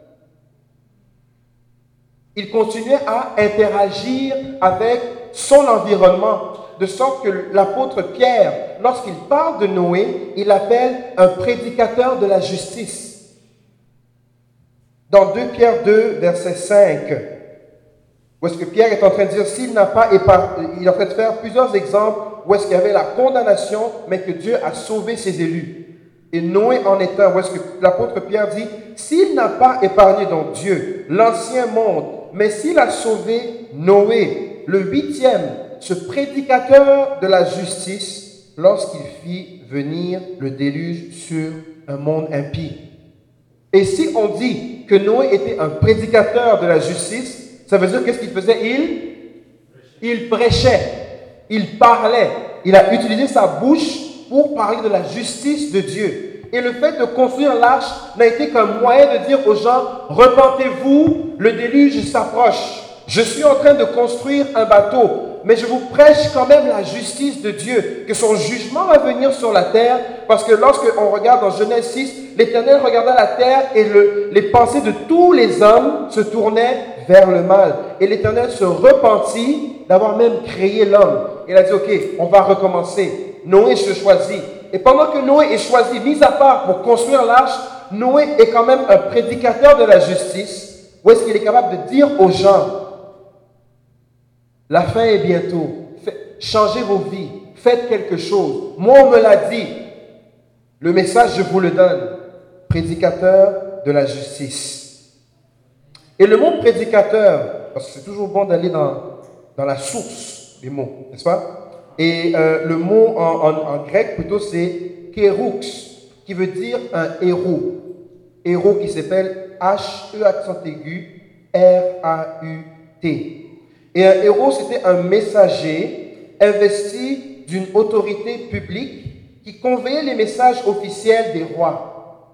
Il continuait à interagir avec son environnement, de sorte que l'apôtre Pierre, lorsqu'il parle de Noé, il l'appelle un prédicateur de la justice. Dans deux Pierre deux, verset cinq, où est-ce que Pierre est en train de dire, s'il n'a pas épargné, il est en train de faire plusieurs exemples où est-ce qu'il y avait la condamnation, mais que Dieu a sauvé ses élus. Et Noé en est un, où est-ce que l'apôtre Pierre dit, s'il n'a pas épargné donc Dieu, l'ancien monde, mais s'il a sauvé Noé, le huitième, ce prédicateur de la justice, lorsqu'il fit venir le déluge sur un monde impie. Et si on dit que Noé était un prédicateur de la justice, ça veut dire qu'est-ce qu'il faisait? Il, il prêchait, il parlait, il a utilisé sa bouche pour parler de la justice de Dieu. Et le fait de construire l'arche n'a été qu'un moyen de dire aux gens, repentez-vous, le déluge s'approche. Je suis en train de construire un bateau, mais je vous prêche quand même la justice de Dieu, que son jugement va venir sur la terre, parce que lorsque on regarde dans Genèse six, l'Éternel regarda la terre et le, les pensées de tous les hommes se tournaient vers le mal. Et l'Éternel se repentit d'avoir même créé l'homme. Il a dit, ok, on va recommencer. Noé se choisit. Et pendant que Noé est choisi, mis à part pour construire l'arche, Noé est quand même un prédicateur de la justice, où est-ce qu'il est capable de dire aux gens, la fin est bientôt, changez vos vies, faites quelque chose. Moi, on me l'a dit. Le message, je vous le donne. Prédicateur de la justice. Et le mot prédicateur, parce que c'est toujours bon d'aller dans, dans la source des mots, n'est-ce pas? Et euh, le mot en, en, en grec, plutôt, c'est kéroux, qui veut dire un héros. Héros qui s'appelle H E accent aigu R A U T. Et un héros, c'était un messager investi d'une autorité publique qui conveyait les messages officiels des rois.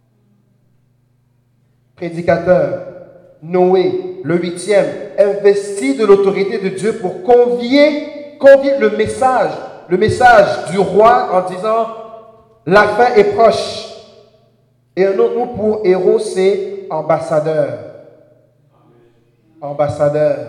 Prédicateur, Noé, le huitième, investi de l'autorité de Dieu pour convier, convier le message, le message du roi en disant « la fin est proche ». Et un autre mot pour héros, c'est ambassadeur. Ambassadeur.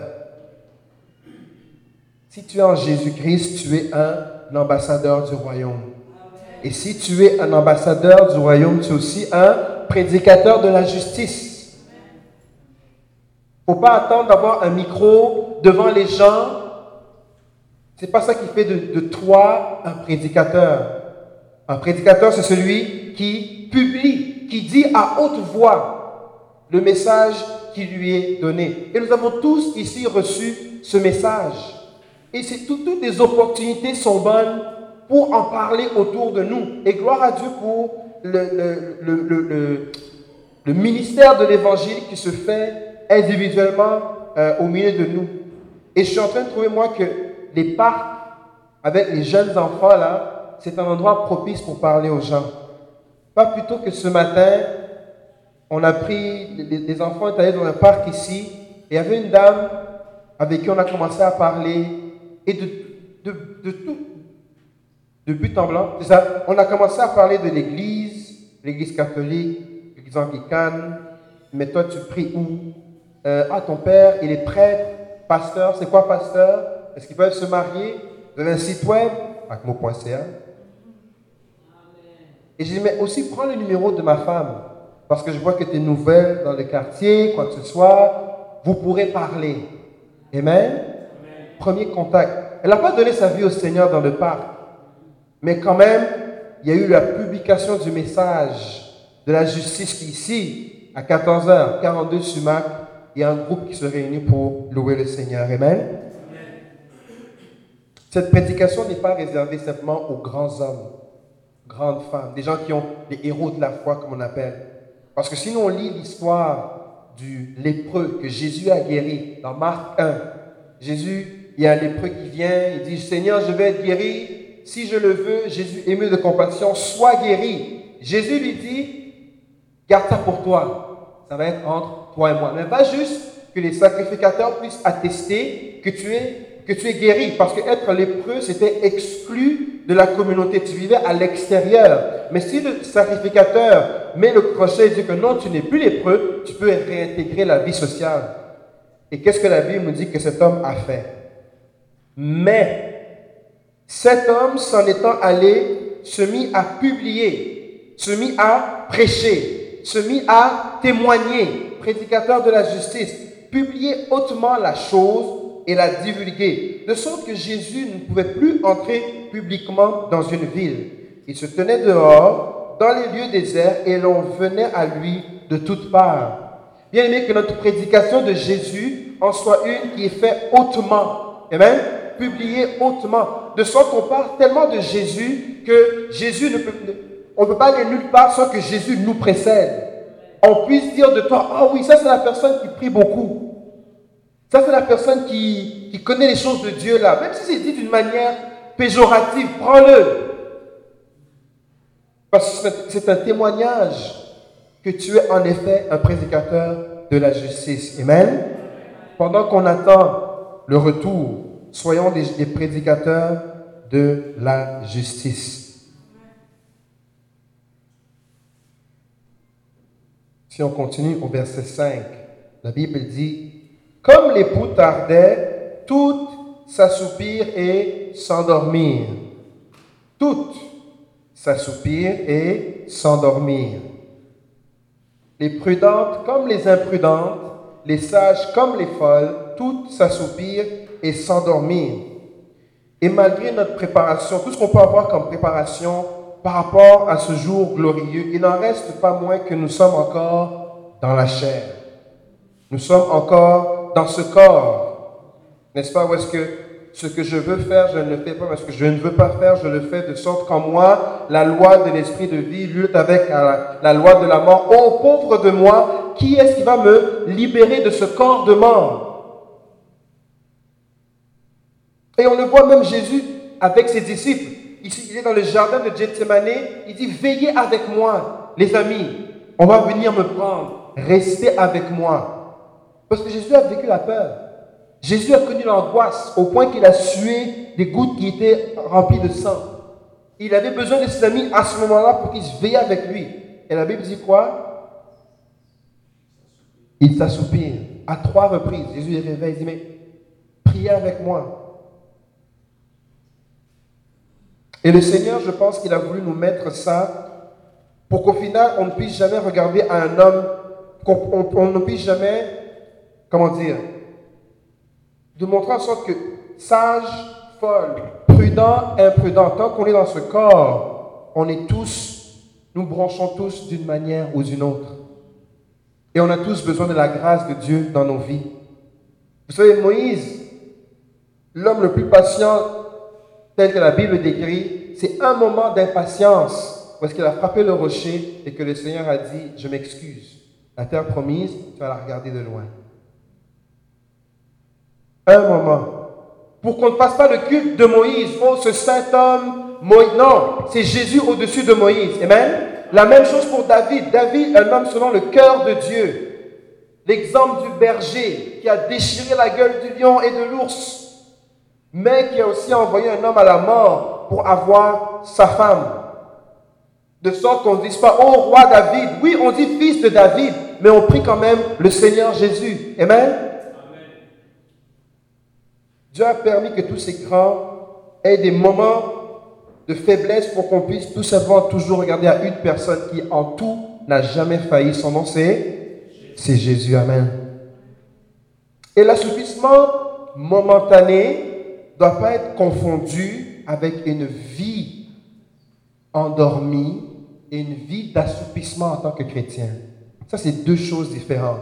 Si tu es en Jésus-Christ, tu es un ambassadeur du royaume. Et si tu es un ambassadeur du royaume, tu es aussi un prédicateur de la justice. Il ne faut pas attendre d'avoir un micro devant les gens. Ce n'est pas ça qui fait de, de toi un prédicateur. Un prédicateur, c'est celui qui publie, qui dit à haute voix le message qui lui est donné. Et nous avons tous ici reçu ce message. Et c'est tout, toutes les opportunités sont bonnes pour en parler autour de nous. Et gloire à Dieu pour le, le, le, le, le, le ministère de l'Évangile qui se fait individuellement euh, au milieu de nous. Et je suis en train de trouver, moi, que les parcs avec les jeunes enfants, là, c'est un endroit propice pour parler aux gens. Pas plus tôt que ce matin, on a pris, les, les enfants étaient allés dans un parc ici, et il y avait une dame avec qui on a commencé à parler, et de, de, de tout, de but en blanc, c'est ça. On a commencé à parler de l'église, l'église catholique, l'église anglicane. Mais toi, tu pries où? euh, Ah, ton père, il est prêtre, pasteur. C'est quoi pasteur? Est-ce qu'ils peuvent se marier? Vous avez un site web? acmo point c a. Et j'ai dit, mais aussi prends le numéro de ma femme, parce que je vois que tu es nouvelle dans le quartier, quoi que ce soit, vous pourrez parler. Amen? Amen. Premier contact. Elle n'a pas donné sa vie au Seigneur dans le parc. Mais quand même, il y a eu la publication du message de la justice qui ici, à quatorze heures quarante-deux Sumac, il y a un groupe qui se réunit pour louer le Seigneur. Amen. Amen. Cette prédication n'est pas réservée simplement aux grands hommes, grandes femmes, des gens qui ont les héros de la foi, comme on appelle. Parce que sinon, on lit l'histoire du lépreux que Jésus a guéri dans Marc un. Jésus, il y a un lépreux qui vient, il dit, Seigneur, je vais être guéri. Si je le veux, Jésus, ému de compassion, sois guéri. Jésus lui dit, garde ça pour toi. Ça va être entre toi et moi. Mais pas juste que les sacrificateurs puissent attester que tu es, que tu es guéri. Parce qu'être lépreux, c'était exclu de la communauté. Tu vivais à l'extérieur. Mais si le sacrificateur met le crochet et dit que non, tu n'es plus lépreux, tu peux réintégrer la vie sociale. Et qu'est-ce que la Bible nous dit que cet homme a fait? Mais cet homme, s'en étant allé, se mit à publier, se mit à prêcher, se mit à témoigner, prédicateur de la justice, publier hautement la chose et la divulguer, de sorte que Jésus ne pouvait plus entrer publiquement dans une ville. Il se tenait dehors, dans les lieux déserts, et l'on venait à lui de toutes parts. Bien aimé, que notre prédication de Jésus en soit une qui est faite hautement. Amen. Publiée hautement. De sorte qu'on parle tellement de Jésus que Jésus ne peut, on ne peut pas aller nulle part sans que Jésus nous précède. On puisse dire de toi, ah oui, ça c'est la personne qui prie beaucoup. Ça c'est la personne qui, qui connaît les choses de Dieu là. Même si c'est dit d'une manière péjorative, prends-le. Parce que c'est un témoignage que tu es en effet un prédicateur de la justice. Amen. Pendant qu'on attend le retour, soyons des, des prédicateurs de la justice. Si on continue au verset cinq, la Bible dit, « Comme l'époux tardait, toutes s'assoupirent et s'endormirent. Toutes s'assoupirent et s'endormirent. Les prudentes comme les imprudentes, les sages comme les folles, toutes s'assoupirent et s'endormirent. » Et malgré notre préparation, tout ce qu'on peut avoir comme préparation par rapport à ce jour glorieux, il n'en reste pas moins que nous sommes encore dans la chair. Nous sommes encore dans ce corps. N'est-ce pas? Où est-ce que ce que je veux faire, je ne le fais pas, parce que je ne veux pas faire, je le fais, de sorte qu'en moi, la loi de l'esprit de vie lutte avec la, la loi de la mort. Ô pauvre de moi, qui est-ce qui va me libérer de ce corps de mort? Et on le voit même Jésus avec ses disciples. Ici, il est dans le jardin de Gethsémane, il dit, veillez avec moi, les amis, on va venir me prendre, restez avec moi. Parce que Jésus a vécu la peur. Jésus a connu l'angoisse au point qu'il a sué des gouttes qui étaient remplies de sang. Il avait besoin de ses amis à ce moment-là pour qu'ils se veillent avec lui. Et la Bible dit quoi? Il s'assoupire. À trois reprises, Jésus les réveille, il dit, mais priez avec moi. Et le Seigneur, je pense qu'il a voulu nous mettre ça pour qu'au final, on ne puisse jamais regarder à un homme, qu'on on, on ne puisse jamais, comment dire, de montrer en sorte que sage, folle, prudent, imprudent, tant qu'on est dans ce corps, on est tous, nous branchons tous d'une manière ou d'une autre. Et on a tous besoin de la grâce de Dieu dans nos vies. Vous savez, Moïse, l'homme le plus patient, tel que la Bible décrit, c'est un moment d'impatience où est-ce qu'il a frappé le rocher et que le Seigneur a dit, je m'excuse. La terre promise, tu vas la regarder de loin. Un moment. Pour qu'on ne fasse pas le culte de Moïse, oh ce saint homme, Moïse. Non, c'est Jésus au-dessus de Moïse. Amen. La même chose pour David. David, un homme selon le cœur de Dieu. L'exemple du berger qui a déchiré la gueule du lion et de l'ours, mais qui a aussi envoyé un homme à la mort pour avoir sa femme. De sorte qu'on ne dise pas, oh roi David. Oui, on dit fils de David, mais on prie quand même le Seigneur Jésus. Amen. Dieu a permis que tous ces grands aient des moments de faiblesse pour qu'on puisse tout simplement toujours regarder à une personne qui en tout n'a jamais failli. Son nom c'est, c'est Jésus. Amen. Et l'assoupissement momentané ne doit pas être confondu avec une vie endormie et une vie d'assoupissement en tant que chrétien. Ça, c'est deux choses différentes.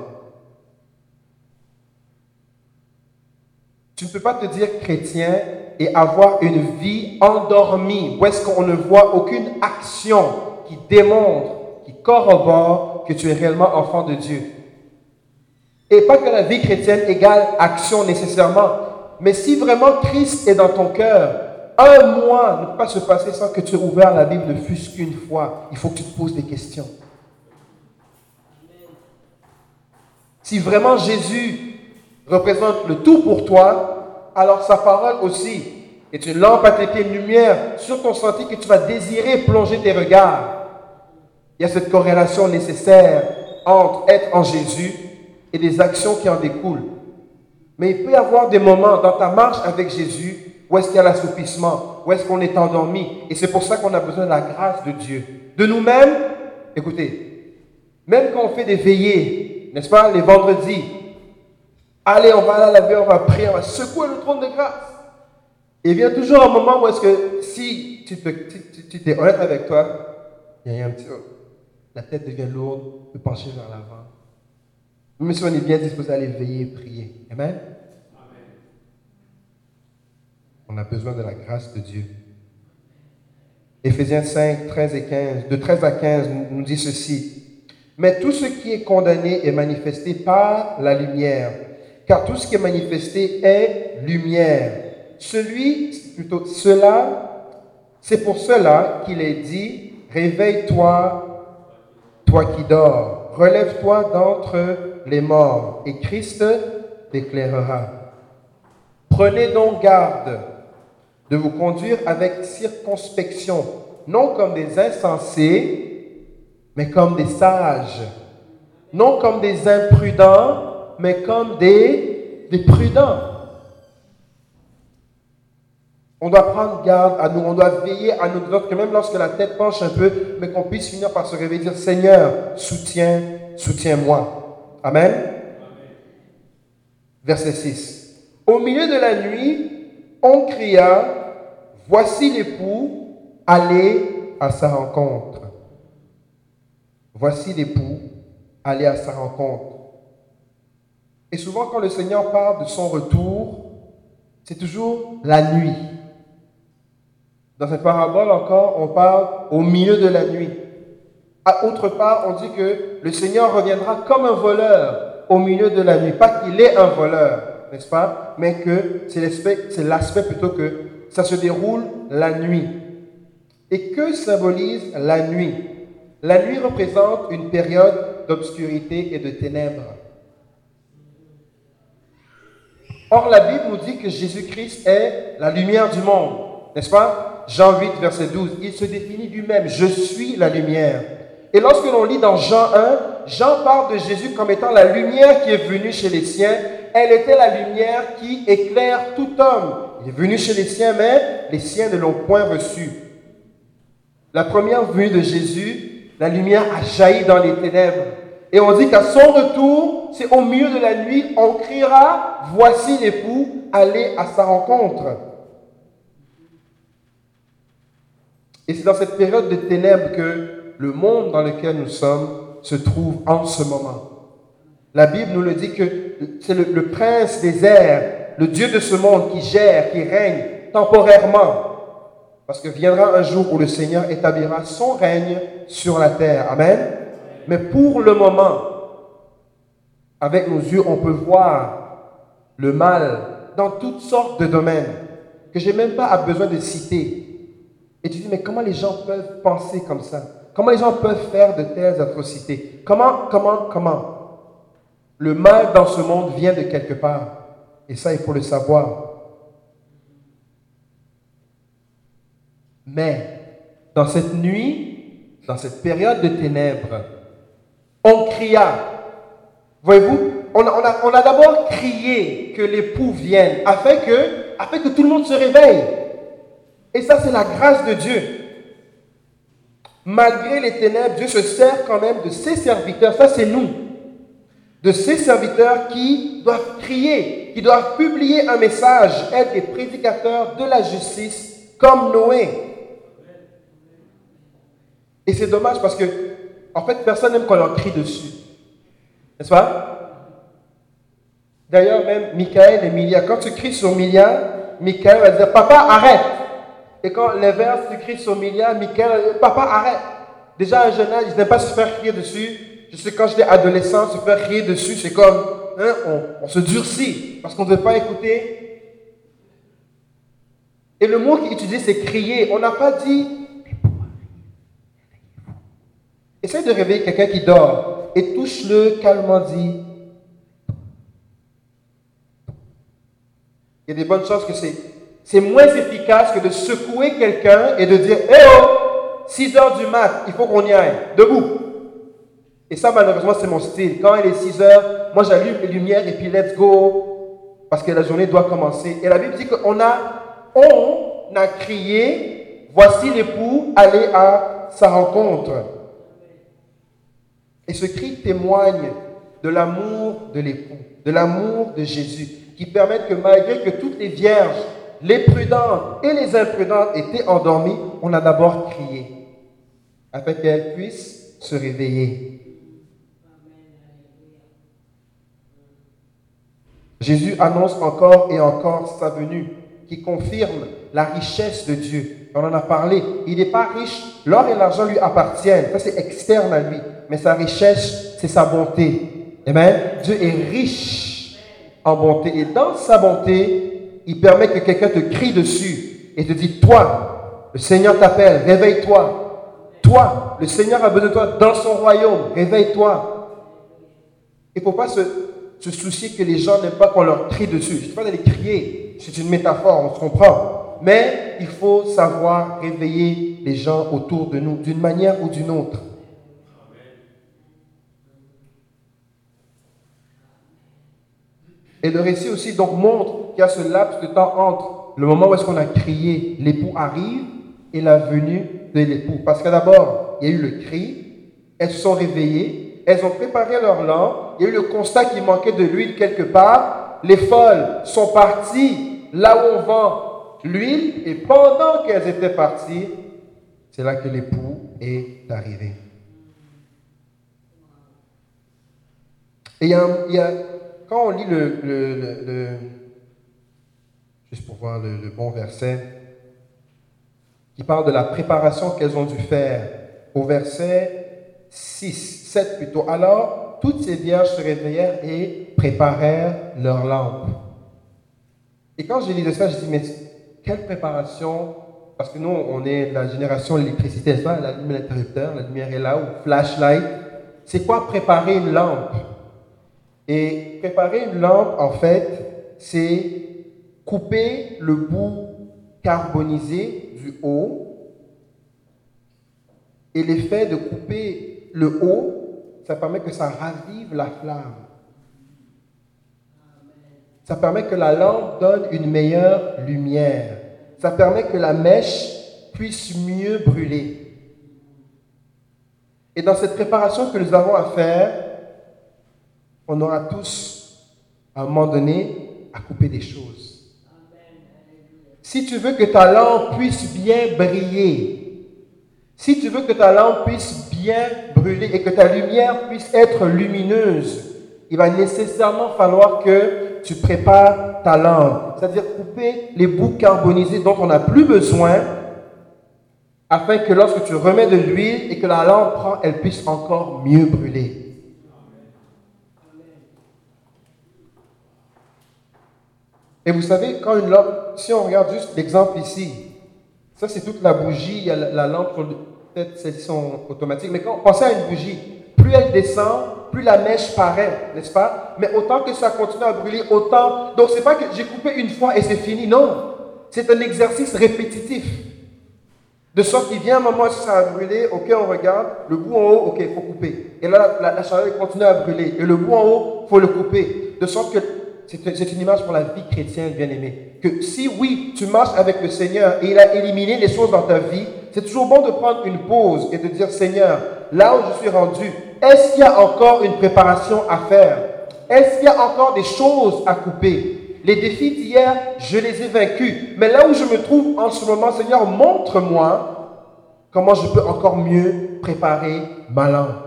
Tu ne peux pas te dire chrétien et avoir une vie endormie, où est-ce qu'on ne voit aucune action qui démontre, qui corrobore que tu es réellement enfant de Dieu. Et pas que la vie chrétienne égale action nécessairement, mais si vraiment Christ est dans ton cœur, un mois ne peut pas se passer sans que tu aies ouvert la Bible ne fût-ce qu'une fois. Il faut que tu te poses des questions. Si vraiment Jésus représente le tout pour toi, alors sa parole aussi est une lampe à tes pieds, une lumière sur ton sentier que tu vas désirer plonger tes regards. Il y a cette corrélation nécessaire entre être en Jésus et des actions qui en découlent. Mais il peut y avoir des moments dans ta marche avec Jésus où est-ce qu'il y a l'assoupissement, où est-ce qu'on est endormi. Et c'est pour ça qu'on a besoin de la grâce de Dieu. De nous-mêmes, écoutez, même quand on fait des veillées, n'est-ce pas, les vendredis, allez, on va aller à la veille, on va prier, on va secouer le trône de grâce. Et il vient toujours un moment où est-ce que si tu, te, tu, tu t'es honnête avec toi, il y a un petit... Oh, la tête devient lourde, de pencher vers l'avant. Même si on est bien disposé à aller veiller et prier. Amen? Amen. On a besoin de la grâce de Dieu. Éphésiens cinq, treize et quinze, de treize à quinze nous dit ceci. Mais tout ce qui est condamné est manifesté par la lumière, car tout ce qui est manifesté est lumière. Celui, plutôt cela, c'est pour cela qu'il est dit, réveille-toi, toi qui dors, relève-toi d'entre les morts, et Christ t'éclairera. Prenez donc garde de vous conduire avec circonspection, non comme des insensés, mais comme des sages, non comme des imprudents, mais comme des, des prudents. On doit prendre garde à nous, on doit veiller à nous, que même lorsque la tête penche un peu, mais qu'on puisse finir par se réveiller et dire, Seigneur, soutiens, soutiens-moi. Amen. Amen. Verset six. Au milieu de la nuit, on cria, voici l'époux, allez à sa rencontre. Voici l'époux, allez à sa rencontre. Et souvent, quand le Seigneur parle de son retour, c'est toujours la nuit. Dans cette parabole encore, on parle au milieu de la nuit. À autre part, on dit que le Seigneur reviendra comme un voleur au milieu de la nuit. Pas qu'il est un voleur, n'est-ce pas? Mais que c'est l'aspect, c'est l'aspect plutôt que ça se déroule la nuit. Et que symbolise la nuit? La nuit représente une période d'obscurité et de ténèbres. Or, la Bible nous dit que Jésus-Christ est la lumière du monde, n'est-ce pas? Jean huit, verset douze, il se définit lui-même, je suis la lumière. Et lorsque l'on lit dans Jean un, Jean parle de Jésus comme étant la lumière qui est venue chez les siens. Elle était la lumière qui éclaire tout homme. Il est venu chez les siens, mais les siens ne l'ont point reçu. La première venue de Jésus, la lumière a jailli dans les ténèbres. Et on dit qu'à son retour, c'est au milieu de la nuit, on criera, voici l'époux, allez à sa rencontre. Et c'est dans cette période de ténèbres que le monde dans lequel nous sommes se trouve en ce moment. La Bible nous le dit que c'est le, le prince des airs, le Dieu de ce monde qui gère, qui règne temporairement. Parce que viendra un jour où le Seigneur établira son règne sur la terre. Amen. Mais pour le moment, avec nos yeux, on peut voir le mal dans toutes sortes de domaines que je n'ai même pas besoin de citer. Et tu dis, mais comment les gens peuvent penser comme ça? Comment les gens peuvent faire de telles atrocités? Comment, comment, comment? Le mal dans ce monde vient de quelque part. Et ça, il faut le savoir. Mais, dans cette nuit, dans cette période de ténèbres, on cria. Voyez-vous, on a, on a, on a d'abord crié que l'époux vienne afin que, afin que tout le monde se réveille. Et ça, c'est la grâce de Dieu. Malgré les ténèbres, Dieu se sert quand même de ses serviteurs, ça c'est nous, de ses serviteurs qui doivent crier, qui doivent publier un message, être des prédicateurs de la justice comme Noé. Et c'est dommage parce que, en fait, personne n'aime qu'on leur crie dessus. N'est-ce pas? D'ailleurs, même Michaël et Milia, quand tu cries sur Milia, Michaël va dire, papa, arrête. Et quand l'inverse, tu cries sur Milia, Michaël va dire, papa, arrête. Déjà, à un jeune âge, ils n'aiment pas se faire crier dessus. Je sais, quand j'étais adolescent, se faire crier dessus, c'est comme, hein, on, on se durcit parce qu'on ne veut pas écouter. Et le mot qui est utilisé, c'est crier. On n'a pas dit, essaye de réveiller quelqu'un qui dort et touche-le calmement, dit. Il y a des bonnes chances que c'est, c'est moins efficace que de secouer quelqu'un et de dire, hé oh, six heures du mat, il faut qu'on y aille, debout. Et ça, malheureusement, c'est mon style. Quand il est six heures, moi j'allume les lumières et puis let's go, parce que la journée doit commencer. Et la Bible dit qu'on a, on a crié, voici l'époux, allez à sa rencontre. Et ce cri témoigne de l'amour de l'époux, de l'amour de Jésus, qui permettent que malgré que toutes les vierges, les prudentes et les imprudentes étaient endormies, on a d'abord crié, afin qu'elles puissent se réveiller. Jésus annonce encore et encore sa venue, qui confirme la richesse de Dieu. On en a parlé. Il n'est pas riche. L'or et l'argent lui appartiennent. Ça, c'est externe à lui. Mais sa richesse, c'est sa bonté. Amen. Dieu est riche en bonté. Et dans sa bonté, il permet que quelqu'un te crie dessus et te dit, toi, le Seigneur t'appelle, réveille-toi. Toi, le Seigneur a besoin de toi dans son royaume, réveille-toi. Il ne faut pas se... se soucier que les gens n'aiment pas qu'on leur crie dessus. Je ne dis pas d'aller crier, c'est une métaphore, on se comprend. Mais il faut savoir réveiller les gens autour de nous, d'une manière ou d'une autre. Et le récit aussi donc montre qu'il y a ce laps de temps entre le moment où est-ce qu'on a crié, l'époux arrive, et la venue de l'époux. Parce que d'abord, il y a eu le cri, elles se sont réveillées, elles ont préparé leur lampe. Il y a eu le constat qu'il manquait de l'huile quelque part. Les folles sont parties là où on vend l'huile. Et pendant qu'elles étaient parties, c'est là que l'époux est arrivé. Et il y a, il y a, quand on lit le, le, le, le juste pour voir le, le bon verset, qui parle de la préparation qu'elles ont dû faire, au verset six, sept plutôt. Alors, toutes ces vierges se réveillèrent et préparèrent leurs lampes. Et quand j'ai lu ça, je dis, mais quelle préparation? Parce que nous, on est de la génération de l'électricité, c'est ça? La lumière l'interrupteur, la lumière est là, ou flashlight. C'est quoi préparer une lampe? Et préparer une lampe, en fait, c'est couper le bout carbonisé du haut. Et l'effet de couper le haut, ça permet que ça ravive la flamme. Ça permet que la lampe donne une meilleure lumière. Ça permet que la mèche puisse mieux brûler. Et dans cette préparation que nous avons à faire, on aura tous, à un moment donné, à couper des choses. Si tu veux que ta lampe puisse bien briller, si tu veux que ta lampe puisse bien brûler et que ta lumière puisse être lumineuse, il va nécessairement falloir que tu prépares ta lampe. C'est-à-dire couper les bouts carbonisés dont on n'a plus besoin, afin que lorsque tu remets de l'huile et que la lampe prend, elle puisse encore mieux brûler. Et vous savez, quand une lampe, si on regarde juste l'exemple ici, ça c'est toute la bougie, il y a la, la lampe, peut-être celles-ci sont automatiques, mais quand pensez à une bougie, plus elle descend, plus la mèche paraît, n'est-ce pas? Mais autant que ça continue à brûler, autant... Donc c'est pas que j'ai coupé une fois et c'est fini, non. C'est un exercice répétitif. De sorte qu'il vient un moment où ça a brûlé, ok, on regarde, le bout en haut, ok, il faut couper. Et là, la, la chaleur continue à brûler. Et le bout en haut, il faut le couper. De sorte que c'est une image pour la vie chrétienne, bien-aimée. Que si, oui, tu marches avec le Seigneur et il a éliminé les choses dans ta vie, c'est toujours bon de prendre une pause et de dire, Seigneur, là où je suis rendu, est-ce qu'il y a encore une préparation à faire? Est-ce qu'il y a encore des choses à couper? Les défis d'hier, je les ai vaincus. Mais là où je me trouve en ce moment, Seigneur, montre-moi comment je peux encore mieux préparer ma lampe.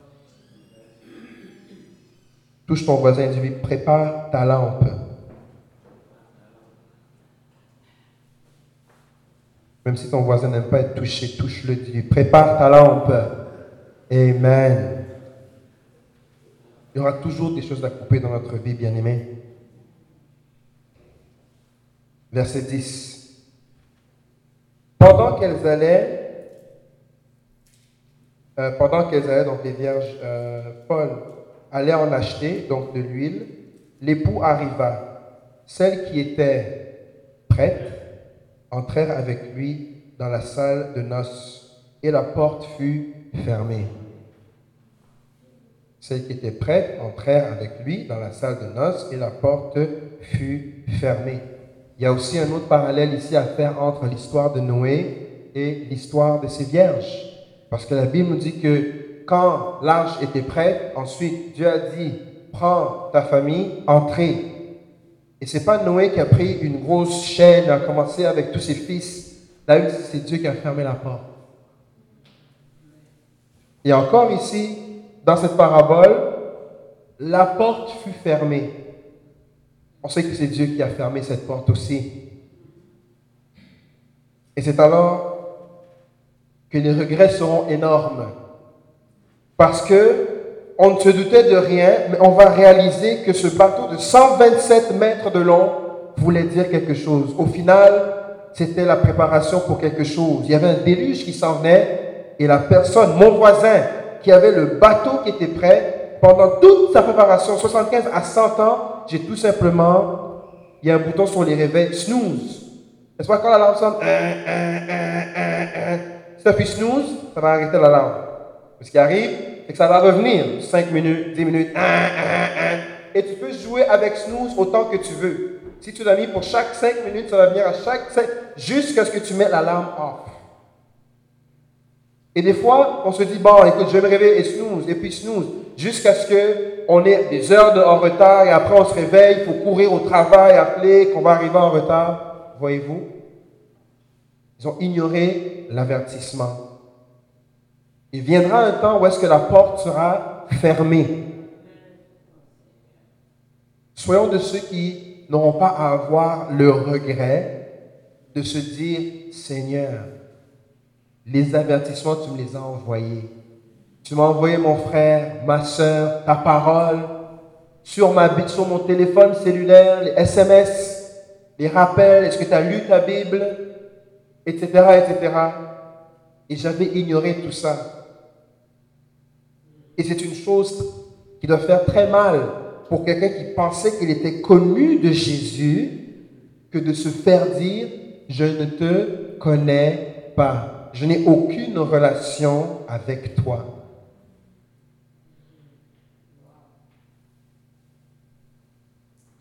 Touche ton voisin et dis, prépare ta lampe. Même si ton voisin n'aime pas être touché, touche-le, dis, prépare ta lampe. Amen. Il y aura toujours des choses à couper dans notre vie, bien-aimés. Verset dix. Pendant qu'elles allaient, euh, pendant qu'elles allaient, donc les vierges, euh, Paul allait en acheter, donc de l'huile, l'époux arriva. Celles qui étaient prêtes entrèrent avec lui dans la salle de noces et la porte fut fermée. Celles qui étaient prêtes entrèrent avec lui dans la salle de noces et la porte fut fermée. Il y a aussi un autre parallèle ici à faire entre l'histoire de Noé et l'histoire de ces vierges. Parce que la Bible nous dit que quand l'arche était prête, ensuite Dieu a dit, prends ta famille, entrez. Et ce n'est pas Noé qui a pris une grosse chaîne, a commencé avec tous ses fils. Là, c'est Dieu qui a fermé la porte. Et encore ici, dans cette parabole, la porte fut fermée. On sait que c'est Dieu qui a fermé cette porte aussi. Et c'est alors que les regrets seront énormes. Parce que on ne se doutait de rien, mais on va réaliser que ce bateau de cent vingt-sept mètres de long voulait dire quelque chose. Au final, c'était la préparation pour quelque chose. Il y avait un déluge qui s'en venait et la personne, mon voisin, qui avait le bateau qui était prêt, pendant toute sa préparation, soixante-quinze à cent ans, j'ai tout simplement, il y a un bouton sur les réveils, snooze. N'est-ce pas, quand l'alarme sonne, un, un, un, un, un. Si tu appuies snooze, ça va arrêter l'alarme. Ce qui arrive, c'est que ça va revenir, cinq minutes, dix minutes, un, un, un. Et tu peux jouer avec snooze autant que tu veux. Si tu l'as mis pour chaque cinq minutes, ça va venir à chaque cinq, jusqu'à ce que tu mettes l'alarme off. Et des fois, on se dit, bon, écoute, je vais me réveiller et snooze, et puis snooze, jusqu'à ce qu'on ait des heures de, en retard, et après on se réveille, il faut courir au travail, appeler, qu'on va arriver en retard. Voyez-vous? Ils ont ignoré l'avertissement. Il viendra un temps où est-ce que la porte sera fermée. Soyons de ceux qui n'auront pas à avoir le regret de se dire, Seigneur, les avertissements, tu me les as envoyés. Tu m'as envoyé, mon frère, ma soeur, ta parole, sur, ma, sur mon téléphone cellulaire, les S M S, les rappels, est-ce que tu as lu ta Bible, et cetera, et cetera. Et j'avais ignoré tout ça. Et c'est une chose qui doit faire très mal pour quelqu'un qui pensait qu'il était connu de Jésus que de se faire dire « Je ne te connais pas. Je n'ai aucune relation avec toi. »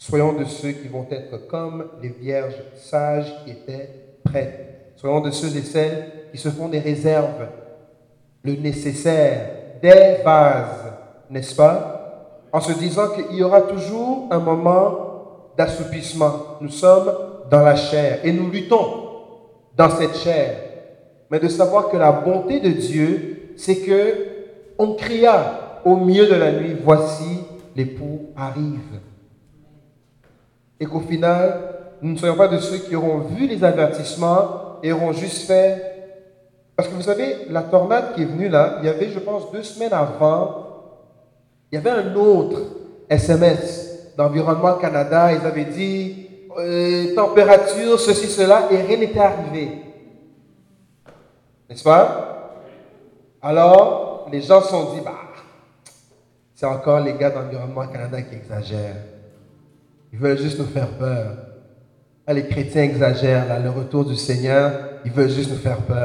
Soyons de ceux qui vont être comme les vierges sages qui étaient prêtes. Soyons de ceux et celles qui se font des réserves, le nécessaire, des vases, n'est-ce pas? En se disant qu'il y aura toujours un moment d'assoupissement. Nous sommes dans la chair et nous luttons dans cette chair. Mais de savoir que la bonté de Dieu, c'est que on cria au milieu de la nuit, voici l'époux arrive. Et qu'au final, nous ne soyons pas de ceux qui auront vu les avertissements et auront juste fait... Parce que vous savez, la tornade qui est venue là, il y avait, je pense, deux semaines avant, il y avait un autre S M S d'Environnement Canada. Ils avaient dit euh, température, ceci, cela, et rien n'était arrivé. N'est-ce pas? Alors, les gens se sont dit, bah, c'est encore les gars d'Environnement Canada qui exagèrent. Ils veulent juste nous faire peur. Là, les chrétiens exagèrent, là, le retour du Seigneur, ils veulent juste nous faire peur.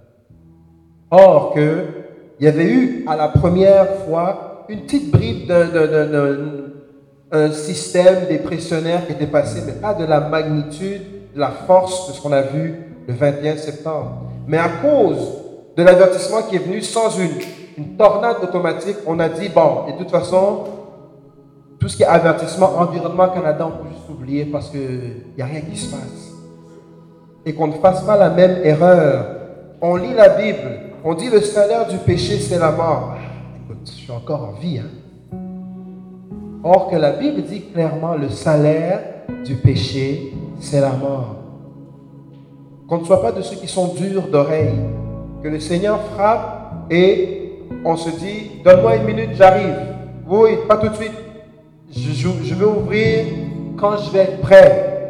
Or que, il y avait eu à la première fois une petite bribe d'un, d'un, d'un, d'un un système dépressionnaire qui était passé, mais pas de la magnitude, de la force de ce qu'on a vu le vingt et un septembre. Mais à cause de l'avertissement qui est venu sans une, une tornade automatique, on a dit, bon, et de toute façon, tout ce qui est avertissement, Environnement Canada, on peut juste oublier parce qu'il n'y a rien qui se passe. Et qu'on ne fasse pas la même erreur. On lit la Bible, on dit le salaire du péché, c'est la mort. Écoute, je suis encore en vie, hein. Or que la Bible dit clairement, le salaire du péché, c'est la mort. Qu'on ne soit pas de ceux qui sont durs d'oreille. Que le Seigneur frappe et on se dit, donne-moi une minute, j'arrive. Oui, pas tout de suite. Je, je, je vais ouvrir quand je vais être prêt.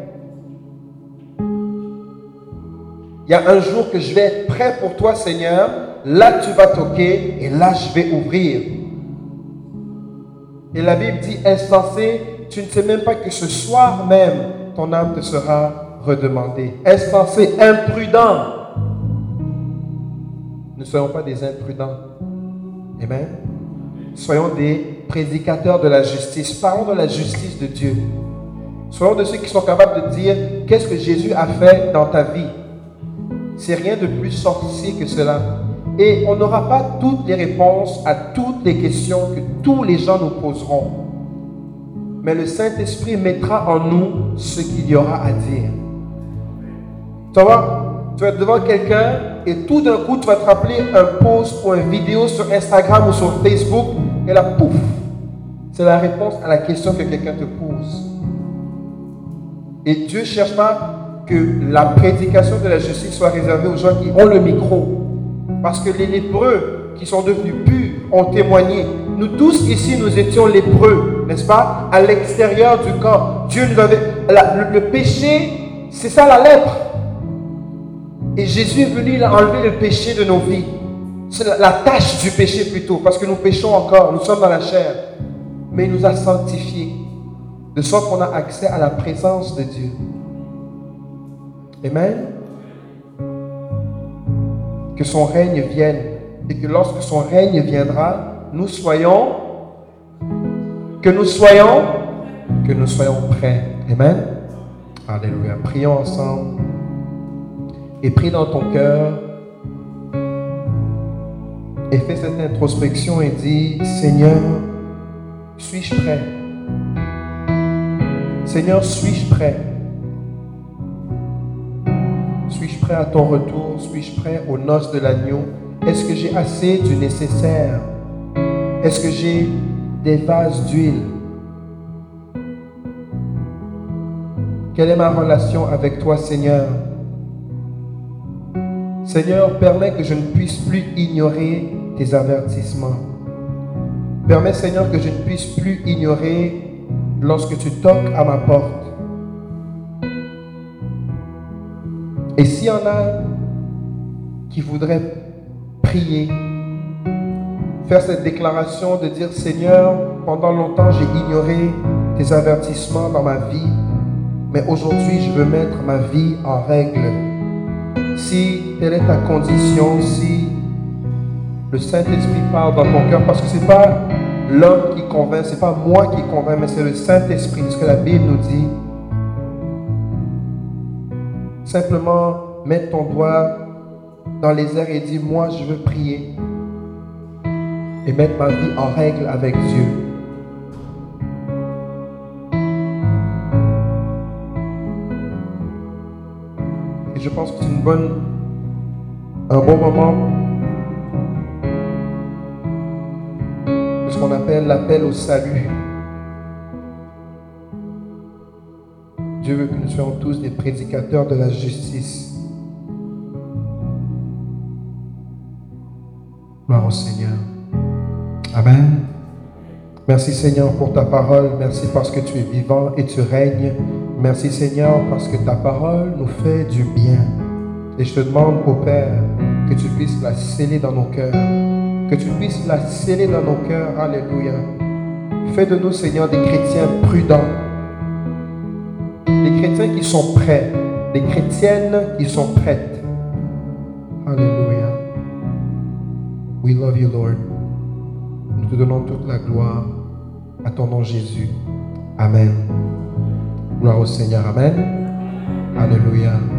Il y a un jour que je vais être prêt pour toi, Seigneur. Là, tu vas toquer et là, je vais ouvrir. Et la Bible dit, insensé, tu ne sais même pas que ce soir même, ton âme te sera redemandée. Insensé, imprudent. Ne soyons pas des imprudents. Amen. Soyons des prédicateurs de la justice. Parlons de la justice de Dieu. Soyons de ceux qui sont capables de dire, qu'est-ce que Jésus a fait dans ta vie? C'est rien de plus sorcier que cela. Et on n'aura pas toutes les réponses à toutes les questions que tous les gens nous poseront. Mais le Saint-Esprit mettra en nous ce qu'il y aura à dire. Tu vois, tu vas être devant quelqu'un et tout d'un coup, tu vas te rappeler un post ou une vidéo sur Instagram ou sur Facebook et là, pouf, c'est la réponse à la question que quelqu'un te pose. Et Dieu ne cherche pas que la prédication de la justice soit réservée aux gens qui ont le micro. Parce que les lépreux qui sont devenus purs ont témoigné. Nous tous ici, nous étions lépreux, n'est-ce pas? À l'extérieur du camp. Dieu nous avait... La, le, le péché, c'est ça la lèpre. Et Jésus est venu, il a enlevé le péché de nos vies. C'est la, la tâche du péché plutôt, parce que nous péchons encore, nous sommes dans la chair. Mais il nous a sanctifiés, de sorte qu'on a accès à la présence de Dieu. Amen. Que son règne vienne. Et que lorsque son règne viendra, nous soyons, que nous soyons, que nous soyons prêts. Amen. Alléluia. Prions ensemble. Et prie dans ton cœur. Et fais cette introspection et dis, Seigneur, suis-je prêt? Seigneur, suis-je prêt? Suis-je prêt à ton retour? Suis-je prêt aux noces de l'agneau? Est-ce que j'ai assez du nécessaire? Est-ce que j'ai des vases d'huile? Quelle est ma relation avec toi, Seigneur? Seigneur, permets que je ne puisse plus ignorer tes avertissements. Permets, Seigneur, que je ne puisse plus ignorer lorsque tu toques à ma porte. Et s'il y en a qui voudraient prier, faire cette déclaration de dire, Seigneur, pendant longtemps j'ai ignoré tes avertissements dans ma vie, mais aujourd'hui je veux mettre ma vie en règle. Si telle est ta condition, si le Saint-Esprit parle dans ton cœur, parce que ce n'est pas l'homme qui convainc, ce n'est pas moi qui convainc, mais c'est le Saint-Esprit, c'est ce que la Bible nous dit. Simplement, mets ton doigt dans les airs et dis, moi je veux prier et mettre ma vie en règle avec Dieu. Et je pense que c'est une bonne, un bon moment de ce qu'on appelle l'appel au salut. Dieu veut que nous soyons tous des prédicateurs de la justice. Gloire au Seigneur. Amen. Merci Seigneur pour ta parole. Merci parce que tu es vivant et tu règnes. Merci Seigneur parce que ta parole nous fait du bien. Et je te demande, ô Père, que tu puisses la sceller dans nos cœurs. Que tu puisses la sceller dans nos cœurs. Alléluia. Fais de nous, Seigneur, des chrétiens prudents. Des chrétiens qui sont prêts. Des chrétiennes qui sont prêtes. Alléluia. We love you, Lord. Nous te donnons toute la gloire à ton nom, Jésus. Amen. Gloire au Seigneur. Amen. Alléluia.